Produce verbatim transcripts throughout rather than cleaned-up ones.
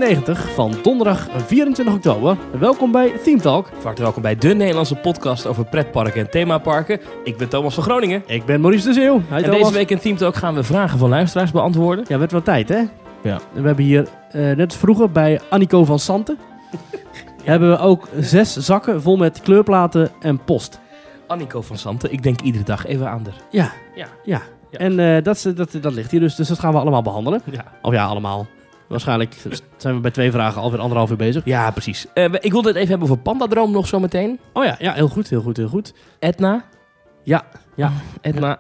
drieënnegentig van donderdag vierentwintig oktober. Welkom bij Theme Talk. Hartelijk welkom bij de Nederlandse podcast over pretparken en themaparken. Ik ben Thomas van Groningen. Ik ben Maurice de Zeeuw. Hi, en Thomas. deze week in Theme Talk gaan we vragen van luisteraars beantwoorden. Ja, werd wel tijd, hè? Ja. En we hebben hier, uh, net als vroeger bij Annico van Santen, hebben we ook zes zakken vol met kleurplaten en post. Annico van Santen, ik denk iedere dag even aan haar. Ja, Ja. ja. Ja. En uh, dat, dat, dat ligt hier dus, dus dat gaan we allemaal behandelen. Ja, Of ja, allemaal. Waarschijnlijk zijn we bij twee vragen alweer anderhalf uur bezig. ja precies. Uh, ik wilde het even hebben over Pandadroom nog zo meteen. Oh ja, ja, heel goed, heel goed, heel goed. Etna. Ja, ja. Etna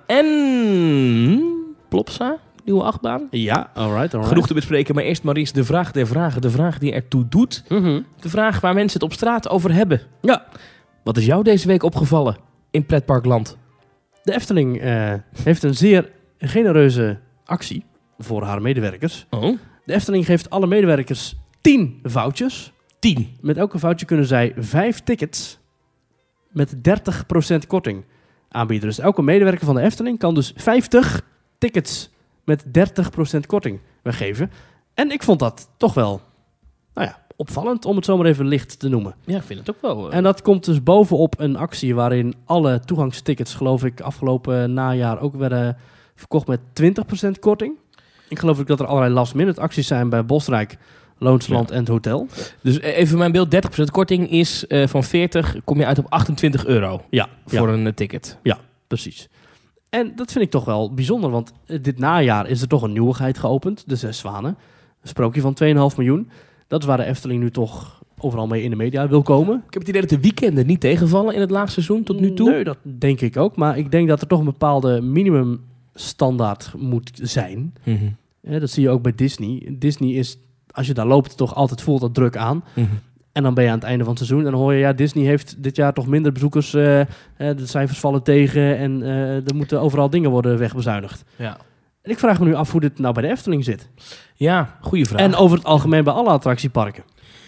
en Plopsa, nieuwe achtbaan. Ja, alright, alright. Genoeg te bespreken, maar eerst Maurice, de vraag der vragen. De vraag die ertoe doet. Mm-hmm. De vraag waar mensen het op straat over hebben. Ja. Wat is jou deze week opgevallen in pretparkland? De Efteling uh, heeft een zeer genereuze actie voor haar medewerkers. Oh. De Efteling geeft alle medewerkers tien vouchers. Tien. Met elke voucher kunnen zij vijf tickets met dertig procent korting aanbieden. Dus elke medewerker van de Efteling kan dus vijftig tickets met dertig procent korting weggeven. En ik vond dat toch wel, nou ja, opvallend om het zomaar even licht te noemen. Ja, ik vind het ook wel. Uh... En dat komt dus bovenop een actie waarin alle toegangstickets, geloof ik, afgelopen najaar ook werden verkocht met twintig procent korting. Ik geloof ook dat er allerlei last-minute acties zijn bij Bosrijk, Loonsland Ja. en het hotel. Dus even mijn beeld, dertig procent korting is uh, van veertig, kom je uit op achtentwintig euro Ja, voor ja, een uh, ticket. ja, precies. En dat vind ik toch wel bijzonder, want uh, dit najaar is er toch een nieuwigheid geopend, de Zes Zwanen. Een sprookje van twee komma vijf miljoen. Dat is waar de Efteling nu toch overal mee in de media wil komen. Ik heb het idee dat de weekenden niet tegenvallen in het laagseizoen tot nu toe. Nee, dat denk ik ook. Maar ik denk dat er toch een bepaalde minimumstandaard moet zijn. Mm-hmm. Ja, dat zie je ook bij Disney. Disney is, als je daar loopt, toch altijd voelt dat druk aan. Mm-hmm. En dan ben je aan het einde van het seizoen. En dan hoor je, ja, Disney heeft dit jaar toch minder bezoekers. Uh, uh, de cijfers vallen tegen. En uh, er moeten overal dingen worden wegbezuinigd. Ja. En ik vraag me nu af hoe dit nou bij de Efteling zit. Ja, goede vraag. En over het algemeen bij alle attractieparken.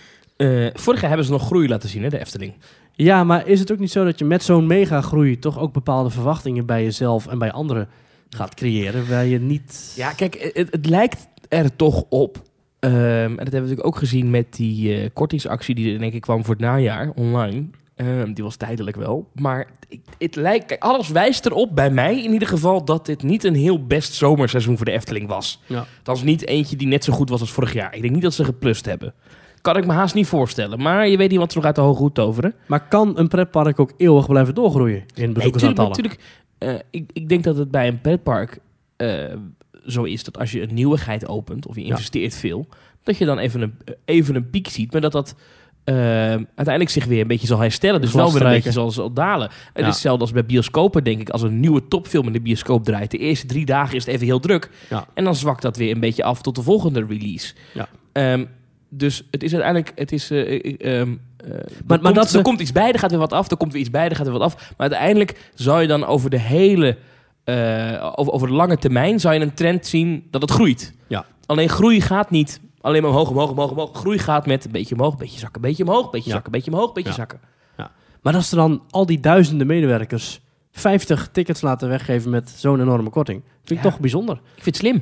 Uh, vorig jaar hebben ze nog groei laten zien, hè, de Efteling. Ja, maar is het ook niet zo dat je met zo'n mega groei toch ook bepaalde verwachtingen bij jezelf en bij anderen gaat creëren, waar je niet... Ja, kijk, het, het lijkt er toch op. Um, en dat hebben we natuurlijk ook gezien met die uh, kortingsactie die er denk ik kwam voor het najaar online. Um, die was tijdelijk wel. Maar het, het lijkt, kijk, alles wijst erop, bij mij in ieder geval, dat dit niet een heel best zomerseizoen voor de Efteling was. Ja. Dat was niet eentje die net zo goed was als vorig jaar. Ik denk niet dat ze geplust hebben. Kan ik me haast niet voorstellen. Maar je weet niet wat ze nog uit de hoge hoed toveren. Maar kan een pretpark ook eeuwig blijven doorgroeien in bezoekersaantallen? Nee, natuurlijk. Uh, ik, ik denk dat het bij een pretpark uh, zo is dat als je een nieuwigheid opent of je investeert ja. veel, dat je dan even een, even een piek ziet, maar dat dat uh, uiteindelijk zich weer een beetje zal herstellen. Dus wel weer een beetje zal, zal dalen. Het ja. is hetzelfde als bij bioscopen, denk ik. Als een nieuwe topfilm in de bioscoop draait, de eerste drie dagen is het even heel druk. Ja. En dan zwakt dat weer een beetje af tot de volgende release. Ja. Um, dus het is uiteindelijk, het is, uh, uh, um, uh, er, maar, maar komt, dat er komt iets bij, er gaat weer wat af, er komt weer iets bij, er gaat weer wat af. Maar uiteindelijk zou je dan over de hele, uh, over, over de lange termijn, zou je een trend zien dat het groeit. Ja. Alleen groei gaat niet alleen maar omhoog, omhoog, omhoog, omhoog. Groei gaat met een beetje omhoog, een beetje zakken, een beetje omhoog, een beetje ja. zakken, een beetje omhoog, een beetje ja. zakken. Ja. Maar als er dan al die duizenden medewerkers vijftig tickets laten weggeven met zo'n enorme korting, vind ik ja. toch bijzonder. Ik vind het slim.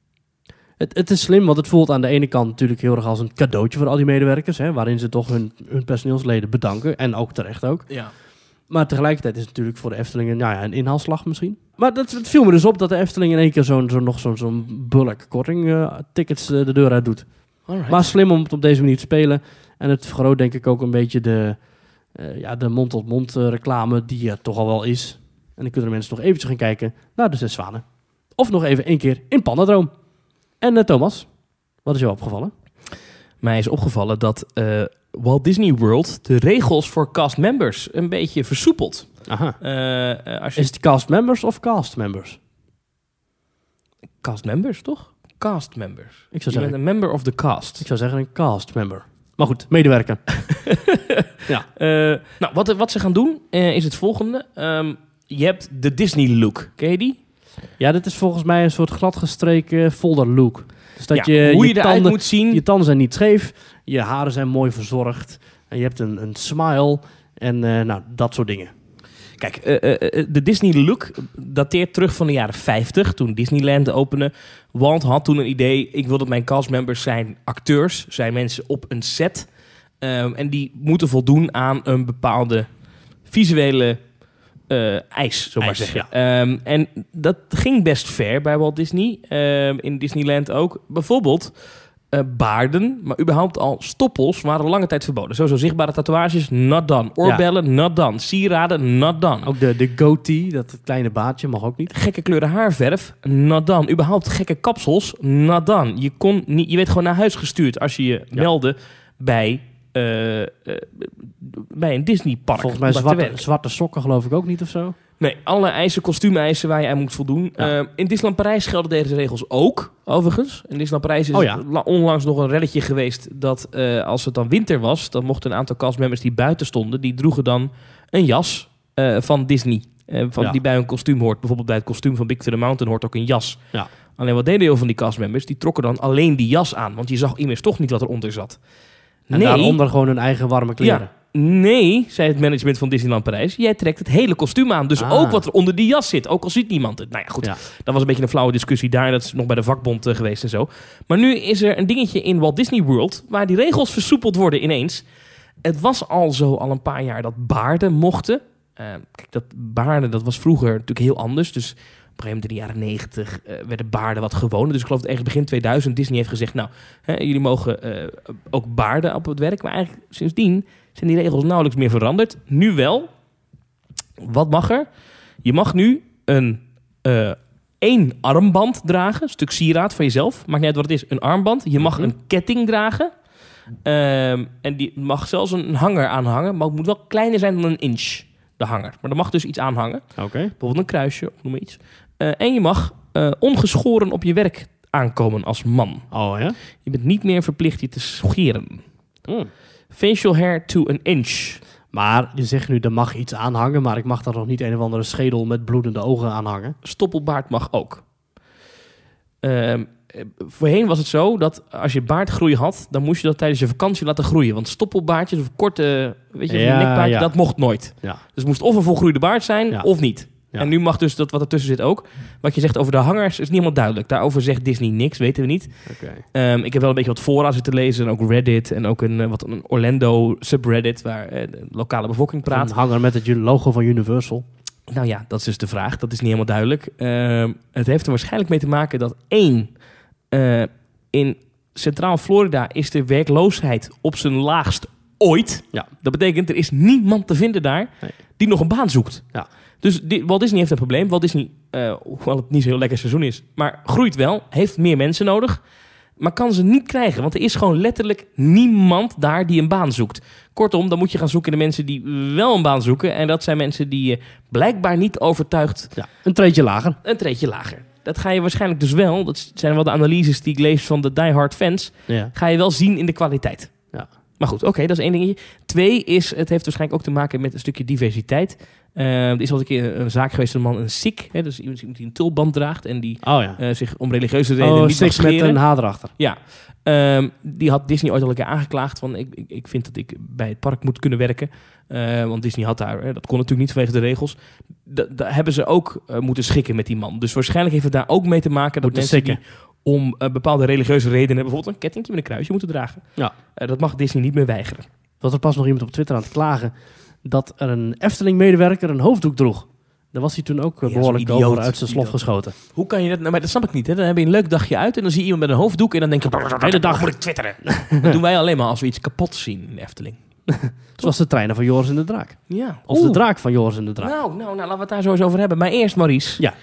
Het, het is slim, want het voelt aan de ene kant natuurlijk heel erg als een cadeautje voor al die medewerkers, hè, waarin ze toch hun, hun personeelsleden bedanken. En ook terecht ook. Ja. Maar tegelijkertijd is het natuurlijk voor de Efteling een, nou ja, een inhaalslag misschien. Maar dat, het viel me dus op dat de Efteling in één keer zo'n, zo, nog zo'n, zo'n bulk korting uh, tickets uh, de deur uit doet. Alright. Maar slim om het op deze manier te spelen. En het vergroot denk ik ook een beetje de, uh, ja, de mond-tot-mond uh, reclame die er toch al wel is. En dan kunnen de mensen nog eventjes gaan kijken naar de Zes Zwanen. Of nog even één keer in Pandadroom. En uh, Thomas, wat is jou opgevallen? Mij is opgevallen dat uh, Walt Disney World de regels voor castmembers een beetje versoepelt. Aha. Uh, uh, als je... Is het castmembers of castmembers? Castmembers, toch? Castmembers. Ik zou je zeggen, bent een member of the cast. Ik zou zeggen een castmember. Maar goed, medewerker. ja. Uh, nou, wat, wat ze gaan doen uh, is het volgende. Um, je hebt de Disney look. Ken je die? Ja, dit is volgens mij een soort gladgestreken folder look. Dus dat ja, je, hoe je, je eruit tanden, moet zien. Je tanden zijn niet scheef, je haren zijn mooi verzorgd en je hebt een, een smile en uh, nou, dat soort dingen. Kijk, uh, uh, de Disney-look dateert terug van de jaren vijftig, toen Disneyland opende. Walt had toen een idee, ik wil dat mijn castmembers zijn acteurs, zijn mensen op een set. Um, en die moeten voldoen aan een bepaalde visuele uh, eis, zo maar Eis, zeggen. Ja. Um, en dat ging best ver bij Walt Disney, um, in Disneyland ook. Bijvoorbeeld uh, baarden, maar überhaupt al stoppels waren lange tijd verboden. Sowieso zichtbare tatoeages, not done. Oorbellen, ja. not done. Sieraden, not done. Ook de, de goatee, dat kleine baardje, mag ook niet. Gekke kleuren haarverf, not done. Überhaupt gekke kapsels, not done. Je, kon niet, je werd gewoon naar huis gestuurd als je je ja. meldde bij... Uh, uh, bij een Disneypark. Volgens mij zwarte, zwarte sokken geloof ik ook niet of zo. Nee, alle eisen, kostuumeisen waar je aan moet voldoen. Ja. Uh, in Disneyland Parijs gelden deze regels ook, overigens. In Disneyland Parijs is oh ja. onlangs nog een relletje geweest dat uh, als het dan winter was, dan mochten een aantal castmembers die buiten stonden, die droegen dan een jas uh, van Disney. Uh, van, ja. Die bij een kostuum hoort. Bijvoorbeeld bij het kostuum van Big Thunder Mountain hoort ook een jas. Ja. Alleen wat deden heel van die castmembers? Die trokken dan alleen die jas aan, want je zag immers toch niet wat eronder zat. En nee, daaronder gewoon hun eigen warme kleren. Ja, nee, zei het management van Disneyland Parijs. Jij trekt het hele kostuum aan. Dus ah. ook wat er onder die jas zit. Ook al ziet niemand het. Nou ja, goed. Ja. Dat was een beetje een flauwe discussie daar. Dat is nog bij de vakbond uh, geweest en zo. Maar nu is er een dingetje in Walt Disney World waar die regels versoepeld worden ineens. Het was al zo al een paar jaar dat baarden mochten. Uh, kijk, dat baarden, dat was vroeger natuurlijk heel anders. Dus... Op een gegeven moment in de jaren negentig uh, werden baarden wat gewoner. Dus ik geloof dat ergens begin tweeduizend Disney heeft gezegd... nou, hè, jullie mogen uh, ook baarden op het werk. Maar eigenlijk sindsdien zijn die regels nauwelijks meer veranderd. Nu wel. Wat mag er? Je mag nu een uh, één armband dragen. Een stuk sieraad van jezelf. Maakt niet uit wat het is. Een armband. Je mag mm-hmm. een ketting dragen. Um, en die mag zelfs een hanger aanhangen. Maar het moet wel kleiner zijn dan een inch. De hanger. Maar er mag dus iets aanhangen. Okay. Bijvoorbeeld een kruisje of noem maar iets. Uh, en je mag uh, ongeschoren op je werk aankomen als man. Oh ja? Je bent niet meer verplicht je te scheren. Mm. Facial hair to an inch. Maar je zegt nu, er mag iets aanhangen... maar ik mag daar nog niet een of andere schedel met bloedende ogen aanhangen. Stoppelbaard mag ook. Uh, voorheen was het zo dat als je baardgroei had... dan moest je dat tijdens je vakantie laten groeien. Want stoppelbaardjes of korte weet je, ja, nekbaardje, ja. dat mocht nooit. Ja. Dus het moest of een volgroeide baard zijn ja. of niet. Ja. En nu mag dus dat wat ertussen zit ook. Wat je zegt over de hangers is niet helemaal duidelijk. Daarover zegt Disney niks, weten we niet. Okay. Um, ik heb wel een beetje wat fora zitten lezen. En ook Reddit en ook een, wat een Orlando subreddit... waar uh, de lokale bevolking praat. Een hanger met het logo van Universal. Nou ja, dat is dus de vraag. Dat is niet helemaal duidelijk. Um, het heeft er waarschijnlijk mee te maken dat één... Uh, in Centraal Florida is de werkloosheid op zijn laagst ooit. Ja. Dat betekent, er is niemand te vinden daar nee. die nog een baan zoekt. Ja. Dus die, Walt Disney heeft een probleem. Walt Disney, uh, hoewel het niet zo'n heel lekker seizoen is, maar groeit wel, heeft meer mensen nodig, maar kan ze niet krijgen. Want er is gewoon letterlijk niemand daar die een baan zoekt. Kortom, dan moet je gaan zoeken naar mensen die wel een baan zoeken. En dat zijn mensen die je blijkbaar niet overtuigt. Ja, een treedje lager. Een treedje lager. Dat ga je waarschijnlijk dus wel, dat zijn wel de analyses die ik lees van de diehard fans, ja. ga je wel zien in de kwaliteit. Ja. Maar goed, oké, okay, dat is één dingetje. Twee is, het heeft waarschijnlijk ook te maken met een stukje diversiteit. Uh, er is al een keer een zaak geweest, een man, een Sikh. Hè, dus iemand die een tulband draagt en die oh, ja. uh, zich om religieuze redenen oh, niet mag scheren. met een haar erachter. Ja, um, die had Disney ooit al een keer aangeklaagd van ik, ik, ik vind dat ik bij het park moet kunnen werken. Uh, want Disney had daar, hè, dat kon natuurlijk niet vanwege de regels. Daar hebben ze ook uh, moeten schikken met die man. Dus waarschijnlijk heeft het daar ook mee te maken dat moeten mensen die om uh, bepaalde religieuze redenen bijvoorbeeld een kettingje met een kruisje moeten dragen. Ja. Uh, dat mag Disney niet meer weigeren. Was er pas nog iemand op Twitter aan het klagen dat er een Efteling-medewerker een hoofddoek droeg. Daar was hij toen ook ja, behoorlijk over uit zijn slof geschoten. Hoe kan je dat? Nou, maar dat snap ik niet. Hè? Dan heb je een leuk dagje uit en dan zie je iemand met een hoofddoek en dan denk je, de hele dag moet ik twitteren. Dat doen wij alleen maar als we iets kapot zien in de Efteling. Zoals de treinen van Joris en de Draak. Ja. Of Oeh. de draak van Joris en de Draak. Nou, nou, nou, laten we het daar zo eens over hebben. Maar eerst, Maurice. Ja.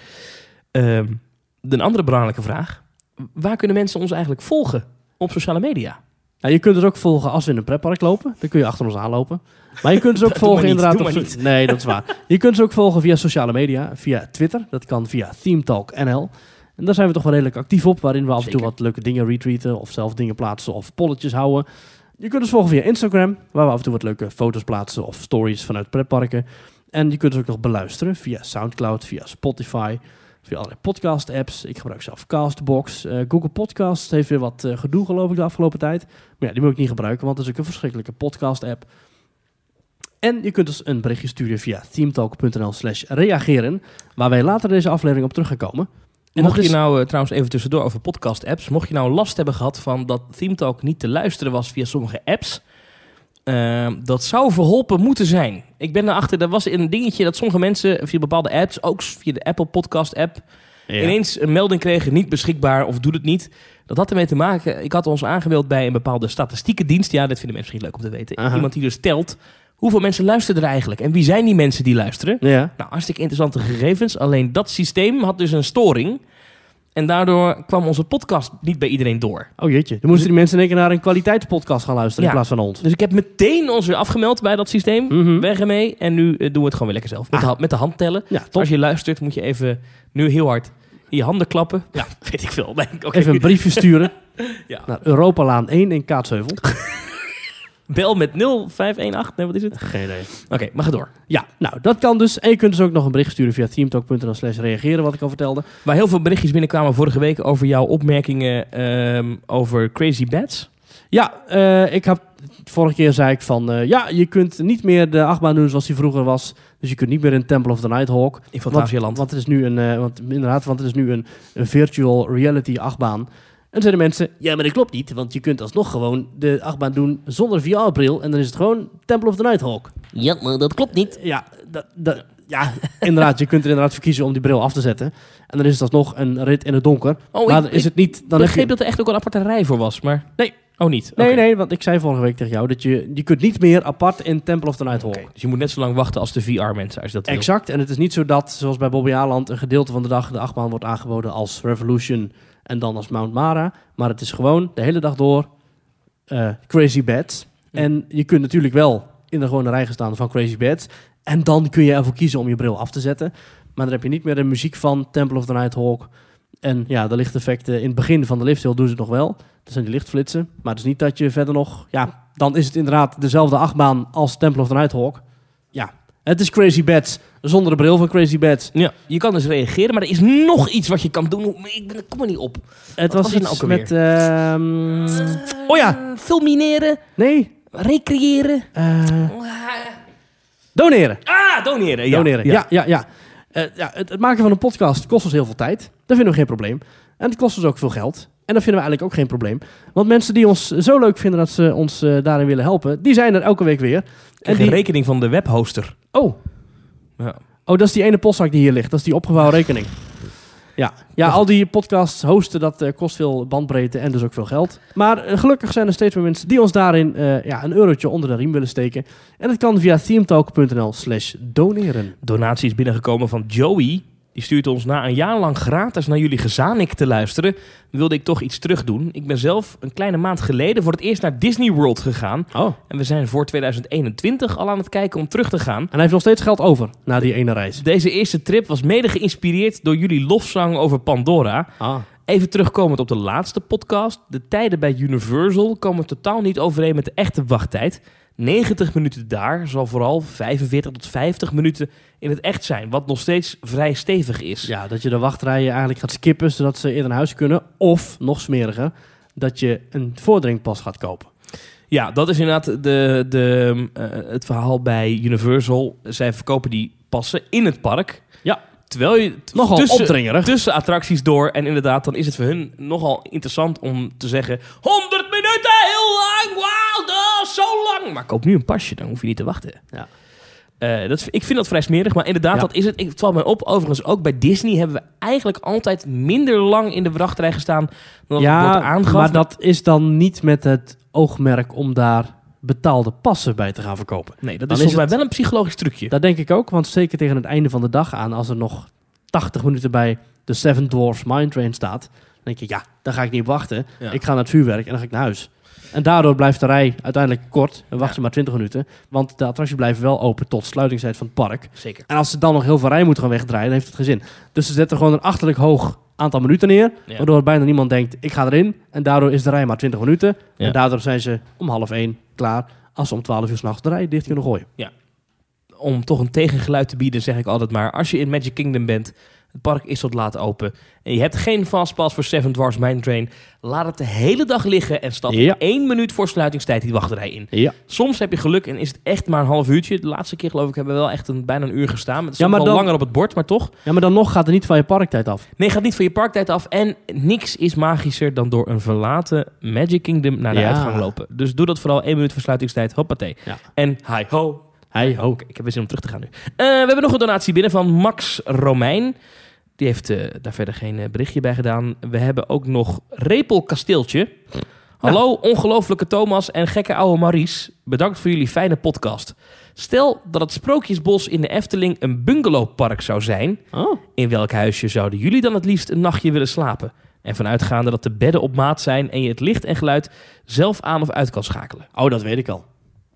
Um, een andere belangrijke vraag. Waar kunnen mensen ons eigenlijk volgen op sociale media? Ja, je kunt het ook volgen als we in een pretpark lopen. Dan kun je achter ons aanlopen. Maar je kunt ze ook volgen inderdaad op... So- nee, dat is waar. Je kunt ze ook volgen via sociale media. Via Twitter. Dat kan via ThemeTalk N L. En daar zijn we toch wel redelijk actief op. Waarin we af en toe wat leuke dingen retweeten. Of zelf dingen plaatsen of polletjes houden. Je kunt ons volgen via Instagram. Waar we af en toe wat leuke foto's plaatsen. Of stories vanuit pretparken. En je kunt ons ook nog beluisteren via Soundcloud. Via Spotify. Via allerlei podcast-apps. Ik gebruik zelf Castbox. Uh, Google Podcasts heeft weer wat uh, gedoe, geloof ik, de afgelopen tijd. Maar ja, die moet ik niet gebruiken, want het is ook een verschrikkelijke podcast-app. En je kunt ons een berichtje sturen via themetalk.nl slash reageren, waar wij later deze aflevering op terug gaan komen. En mocht is... je nou uh, trouwens even tussendoor over podcast-apps, mocht je nou last hebben gehad van dat ThemeTalk niet te luisteren was via sommige apps, uh, dat zou verholpen moeten zijn. Ik ben erachter, er was een dingetje dat sommige mensen via bepaalde apps, ook via de Apple Podcast app, ja. ineens een melding kregen, niet beschikbaar of doe het niet. Dat had ermee te maken, ik had ons aangemeld bij een bepaalde statistiekendienst. Ja, dat vinden mensen misschien leuk om te weten. Aha. Iemand die dus telt hoeveel mensen luisteren er eigenlijk en wie zijn die mensen die luisteren. Ja. Nou, hartstikke interessante gegevens. Alleen dat systeem had dus een storing. En daardoor kwam onze podcast niet bij iedereen door. Oh jeetje, dan moesten die mensen in één keer naar een kwaliteitspodcast gaan luisteren, ja, in plaats van ons. Dus ik heb meteen ons weer afgemeld bij dat systeem. Mm-hmm. Weg ermee. En nu uh, doen we het gewoon weer lekker zelf. Met, ah. de, met de hand tellen. Ja, als je luistert moet je even nu heel hard in je handen klappen. Ja, weet ik veel. Nee, okay. Even een briefje sturen ja. naar Europalaan één in Kaatsheuvel. Bel met nul vijf een acht. Nee, wat is het? Geen idee. Oké, okay, maar ga door. Ja, nou, dat kan dus. En je kunt dus ook nog een bericht sturen via themetalk.nl slash reageren, wat ik al vertelde. Waar heel veel berichtjes binnenkwamen vorige week over jouw opmerkingen um, over Crazy Bats. Ja, uh, ik heb... Vorige keer zei ik van... Uh, ja, je kunt niet meer de achtbaan doen zoals die vroeger was. Dus je kunt niet meer in Temple of the Nighthawk. In Fantasieland. Want, want het is nu een... Uh, want, inderdaad, want het is nu een, een virtual reality achtbaan. En zeiden mensen, ja, maar dat klopt niet, want je kunt alsnog gewoon de achtbaan doen zonder V R-bril en dan is het gewoon Temple of the Nighthawk. Ja, maar dat klopt niet. Ja, dat, dat, ja inderdaad, je kunt er inderdaad verkiezen om die bril af te zetten. En dan is het alsnog een rit in het donker. Oh, maar ik, is het niet... Dan begreep heb je... dat er echt ook een aparte rij voor was, maar... Nee. Oh, niet? Nee, okay. nee, want ik zei vorige week tegen jou dat je... Je kunt niet meer apart in Temple of the Nighthawk. Okay, dus je moet net zo lang wachten als de V R-mensen, als je dat wil. Exact, en het is niet zo dat, zoals bij Bobby Aland, een gedeelte van de dag de achtbaan wordt aangeboden als Revolution en dan als Mount Mara. Maar het is gewoon de hele dag door uh, Crazy Bats. Ja. En je kunt natuurlijk wel in de gewone rij gaan staan van Crazy Bats. En dan kun je ervoor kiezen om je bril af te zetten. Maar dan heb je niet meer de muziek van Temple of the Nighthawk. En ja, de lichteffecten in het begin van de lifthill doen ze het nog wel. Dat zijn die lichtflitsen. Maar het is niet dat je verder nog... Ja, dan is het inderdaad dezelfde achtbaan als Temple of the Nighthawk. Ja, het is Crazy Bats zonder de bril van Crazy Bats. Ja, je kan dus reageren, maar er is nog iets wat je kan doen. Ik ben, kom er niet op. Het wat was, was iets met... Uh, uh, oh ja. Fulmineren. Nee. Recreëren. Uh, doneren. Ah, doneren. Ja. Doneren, ja, ja, ja. ja. Uh, ja het, het maken van een podcast kost ons heel veel tijd. Dat vinden we geen probleem. En het kost ons ook veel geld. En dat vinden we eigenlijk ook geen probleem. Want mensen die ons zo leuk vinden dat ze ons uh, daarin willen helpen, die zijn er elke week weer. En die rekening van de webhoster. Oh. Ja. Oh, dat is die ene postzak die hier ligt. Dat is die opgevouwen rekening. Ja, ja, al die podcasts hosten, dat uh, kost veel bandbreedte en dus ook veel geld. Maar uh, gelukkig zijn er steeds meer mensen die ons daarin uh, ja, een eurotje onder de riem willen steken. En dat kan via themetalk.nl slash doneren. Donatie is binnengekomen van Joey. Die stuurt ons na een jaar lang gratis naar jullie gezanik te luisteren. Wilde ik toch iets terug doen. Ik ben zelf een kleine maand geleden voor het eerst naar Disney World gegaan. Oh. En we zijn voor tweeduizend eenentwintig al aan het kijken om terug te gaan. En hij heeft nog steeds geld over na die ene reis. Deze eerste trip was mede geïnspireerd door jullie lofzang over Pandora. Ah. Even terugkomend op de laatste podcast. De tijden bij Universal komen totaal niet overeen met de echte wachttijd. negentig minuten daar zal vooral vijfenveertig tot vijftig minuten in het echt zijn. Wat nog steeds vrij stevig is. Ja, dat je de wachtrijen eigenlijk gaat skippen zodat ze eerder naar huis kunnen. Of, nog smeriger, dat je een vordringpas gaat kopen. Ja, dat is inderdaad de, de, uh, het verhaal bij Universal. Zij verkopen die passen in het park. Ja. Terwijl je t- nogal tussen, opdringerig. tussen attracties door. En inderdaad, dan is het voor hun nogal interessant om te zeggen honderd minuten, heel lang, wauw, dat is zo lang. Maar koop nu een pasje, dan hoef je niet te wachten. Ja. Uh, dat, ik vind dat vrij smerig, maar inderdaad, ja. dat is het. Het valt mij op. Overigens, ook bij Disney hebben we eigenlijk altijd minder lang in de wachtrij gestaan dan ja, het wordt aangaf. Maar dat is dan niet met het oogmerk om daar betaalde passen bij te gaan verkopen. Nee, dat is volgens mij wel een psychologisch trucje. Dat denk ik ook, want zeker tegen het einde van de dag aan, als er nog tachtig minuten bij de Seven Dwarfs Mine Train staat, dan denk je, ja, daar ga ik niet op wachten. Ja. Ik ga naar het vuurwerk en dan ga ik naar huis. En daardoor blijft de rij uiteindelijk kort en wacht je ja. maar twintig minuten. Want de attracties blijven wel open tot sluitingstijd van het park. Zeker. En als ze dan nog heel veel rij moeten gaan wegdraaien, dan heeft het geen zin. Dus ze zetten gewoon een achterlijk hoog aantal minuten neer, ja. waardoor bijna niemand denkt, ik ga erin. En daardoor is de rij maar twintig minuten. Ja. En daardoor zijn ze om half één klaar, als ze om twaalf uur 's nachts de rij dicht kunnen gooien. Ja. Om toch een tegengeluid te bieden, zeg ik altijd maar, als je in Magic Kingdom bent, Het park is tot laat open. En je hebt geen fastpass voor Seven Dwarfs Mine Train. Laat het de hele dag liggen en stap Ja. één minuut voor sluitingstijd die wachtrij in. Ja. Soms heb je geluk en is het echt maar een half uurtje. De laatste keer geloof ik hebben we wel echt een, bijna een uur gestaan. Het is Ja, maar wel dan- langer op het bord, maar toch. ja, maar dan nog gaat er niet van je parktijd af. Nee, gaat niet van je parktijd af. En niks is magischer dan door een verlaten Magic Kingdom naar de Ja. uitgang lopen. Dus doe dat vooral één minuut voor sluitingstijd. Hoppatee. Ja. En hi ho. Hey, ho. Oké, ik heb weer zin om terug te gaan nu. Eh, we hebben nog een donatie binnen van Max Romein. Die heeft eh, daar verder geen eh, berichtje bij gedaan. We hebben ook nog Repel Kasteeltje. Hallo, ongelooflijke Thomas en gekke oude Maries. Bedankt voor jullie fijne podcast. Stel dat het Sprookjesbos in de Efteling een bungalowpark zou zijn. Oh. In welk huisje zouden jullie dan het liefst een nachtje willen slapen? En vanuitgaande dat de bedden op maat zijn en je het licht en geluid zelf aan of uit kan schakelen. oh, dat weet ik al.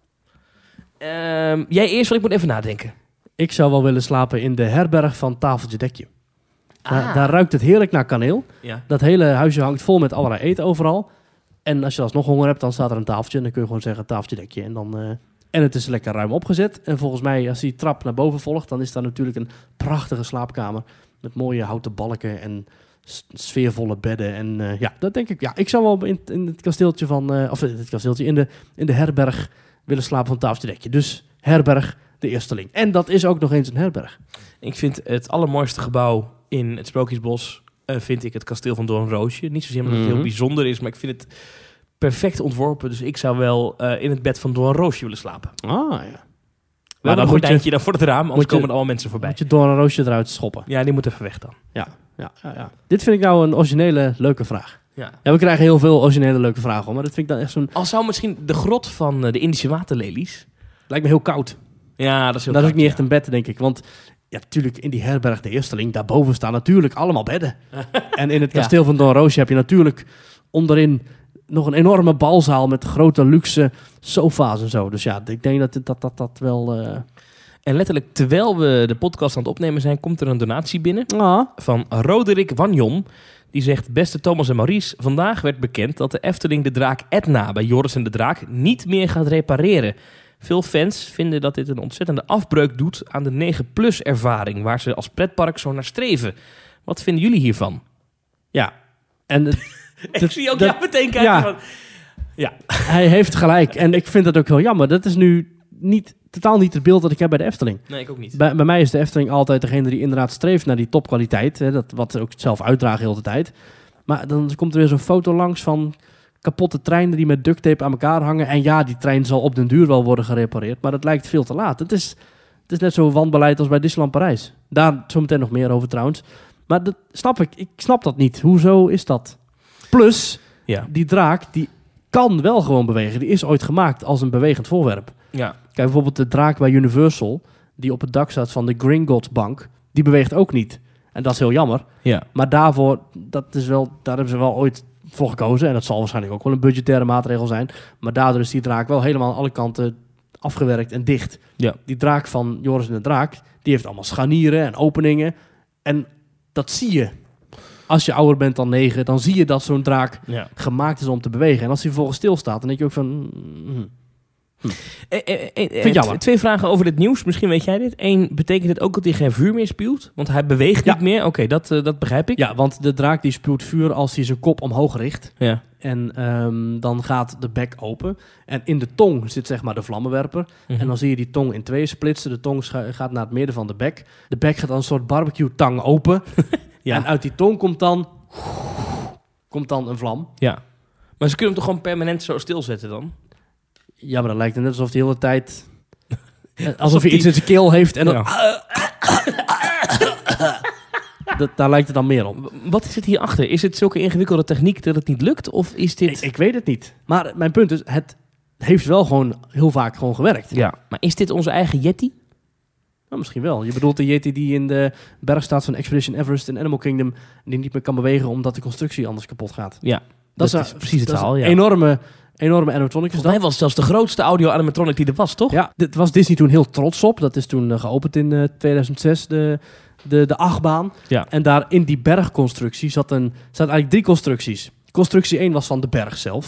Ehm, jij eerst, want ik moet even nadenken. Ik zou wel willen slapen in de herberg van Tafeltje Dekje. Daar, Ah. daar ruikt het heerlijk naar kaneel. Ja. Dat hele huisje hangt vol met allerlei eten overal. En als je alsnog honger hebt, dan staat er een tafeltje. En dan kun je gewoon zeggen, tafeltje dekje. En, dan, uh, en het is lekker ruim opgezet. En volgens mij, als die trap naar boven volgt, dan is daar natuurlijk een prachtige slaapkamer. Met mooie houten balken en s- sfeervolle bedden. En uh, ja, dat denk ik. Ja, ik zou wel in, in het kasteeltje van, uh, of in het kasteeltje, in de, in de herberg willen slapen van tafeltje dekje. Dus herberg de Eersteling. En dat is ook nog eens een herberg. Ik vind het allermooiste gebouw in het Sprookjesbos... Uh, vind ik het kasteel van Doornroosje. Niet zozeer omdat het Mhm. heel bijzonder is... maar ik vind het perfect ontworpen. Dus ik zou wel uh, in het bed van Doornroosje willen slapen. Ah, ja. We dan hebben een moet je- gordijntje dan voor het raam... anders moet je- komen er allemaal mensen voorbij. Moet je door een roosje eruit schoppen. Ja, die moet even weg dan. Ja, ja, ja, ja. Dit vind ik nou een originele, leuke vraag. Ja. Ja, we krijgen heel veel originele, leuke vragen, hoor, maar dat vind ik dan echt zo'n... Al zou misschien de grot van uh, de Indische waterlelies... Lijkt me heel koud. Ja, dat is heel dat is ook koud, niet echt ja. een bed, denk ik. Want ja, natuurlijk in die herberg de Eersteling, daarboven staan natuurlijk allemaal bedden. En in het Ja. kasteel van Doornroosje heb je natuurlijk onderin nog een enorme balzaal met grote luxe sofa's en zo. Dus ja, ik denk dat dat, dat, dat wel... Uh... En letterlijk, terwijl we de podcast aan het opnemen zijn... komt er een donatie binnen Ah, van Roderick Wanjon. Die zegt, beste Thomas en Maurice... vandaag werd bekend dat de Efteling de draak Etna... bij Joris en de Draak niet meer gaat repareren. Veel fans vinden dat dit een ontzettende afbreuk doet... aan de negen plus ervaring... waar ze als pretpark zo naar streven. Wat vinden jullie hiervan? ja. En het- Ik Dat- zie ook dat- jou meteen kijken ja. van... Ja, hij heeft gelijk. En ik vind dat ook heel jammer. Dat is nu niet, totaal niet het beeld dat ik heb bij de Efteling. nee, ik ook niet. Bij, bij mij is de Efteling altijd degene die inderdaad streeft naar die topkwaliteit. Hè, dat, wat ze ook zelf uitdragen heel de tijd. Maar dan komt er weer zo'n foto langs van kapotte treinen die met duct tape aan elkaar hangen. En ja, die trein zal op den duur wel worden gerepareerd. Maar dat lijkt veel te laat. Het is, het is net zo wanbeleid als bij Disneyland Parijs. Daar zometeen nog meer over trouwens. Maar dat snap ik. Ik snap dat niet. Hoezo is dat? Plus, Ja, die draak die kan wel gewoon bewegen. Die is ooit gemaakt als een bewegend voorwerp. ja. Kijk, bijvoorbeeld de draak bij Universal, die op het dak staat van de Gringotts Bank, die beweegt ook niet. En dat is heel jammer. ja. Maar daarvoor, dat is wel, daar hebben ze wel ooit voor gekozen. En dat zal waarschijnlijk ook wel een budgettaire maatregel zijn. Maar daardoor is die draak wel helemaal aan alle kanten afgewerkt en dicht. Ja. Die draak van Joris en de Draak, die heeft allemaal scharnieren en openingen. En dat zie je. Als je ouder bent dan negen, dan zie je dat zo'n draak ja. gemaakt is om te bewegen. En als hij vervolgens stilstaat, dan denk je ook van... mm, Eh, eh, eh, eh, Vind ik jammer. t- Twee vragen over dit nieuws. Misschien weet jij dit. Eén, betekent dit ook dat hij geen vuur meer spuwt? Want hij beweegt Ja. niet meer. Oké, dat, eh, dat begrijp ik. Ja, want de draak die spuwt vuur als hij zijn kop omhoog richt. Ja. En ehm, dan gaat de bek open. En in de tong zit zeg maar de vlammenwerper. Mhm. En dan zie je die tong in tweeën splitsen. De tong scha- gaat naar het midden van de bek. De bek gaat dan een soort barbecue-tang open. Ja. En uit die tong komt dan... komt dan een vlam. Ja. Maar ze kunnen hem toch gewoon permanent zo stilzetten dan? Ja, maar dan lijkt het net alsof hij de hele tijd... eh, alsof, Alsof hij iets die- in zijn keel heeft. En dan... Ja. Dat, daar lijkt het dan meer op. W- Wat is het hierachter? Is het zulke ingewikkelde techniek dat het niet lukt? Of is dit... Ik, ik weet het niet. Maar mijn punt is, het heeft wel gewoon heel vaak gewoon gewerkt. Ja. Maar is dit onze eigen Yeti? Nou, misschien wel. Je bedoelt de Yeti die in de berg staat van Expedition Everest in Animal Kingdom, die niet meer kan bewegen omdat de constructie anders kapot gaat. Ja. Dat, Dat is, is precies het dat is verhaal, een ja. enorme, enorme animatronic is Volgens mij dat. was het zelfs de grootste audio-animatronic die er was, toch? Ja, dit was Disney toen heel trots op. Dat is toen uh, geopend in uh, tweeduizend zes, de, de, de achtbaan. Ja. En daar in die bergconstructie zat een, zaten eigenlijk drie constructies. Constructie één was van de berg zelf.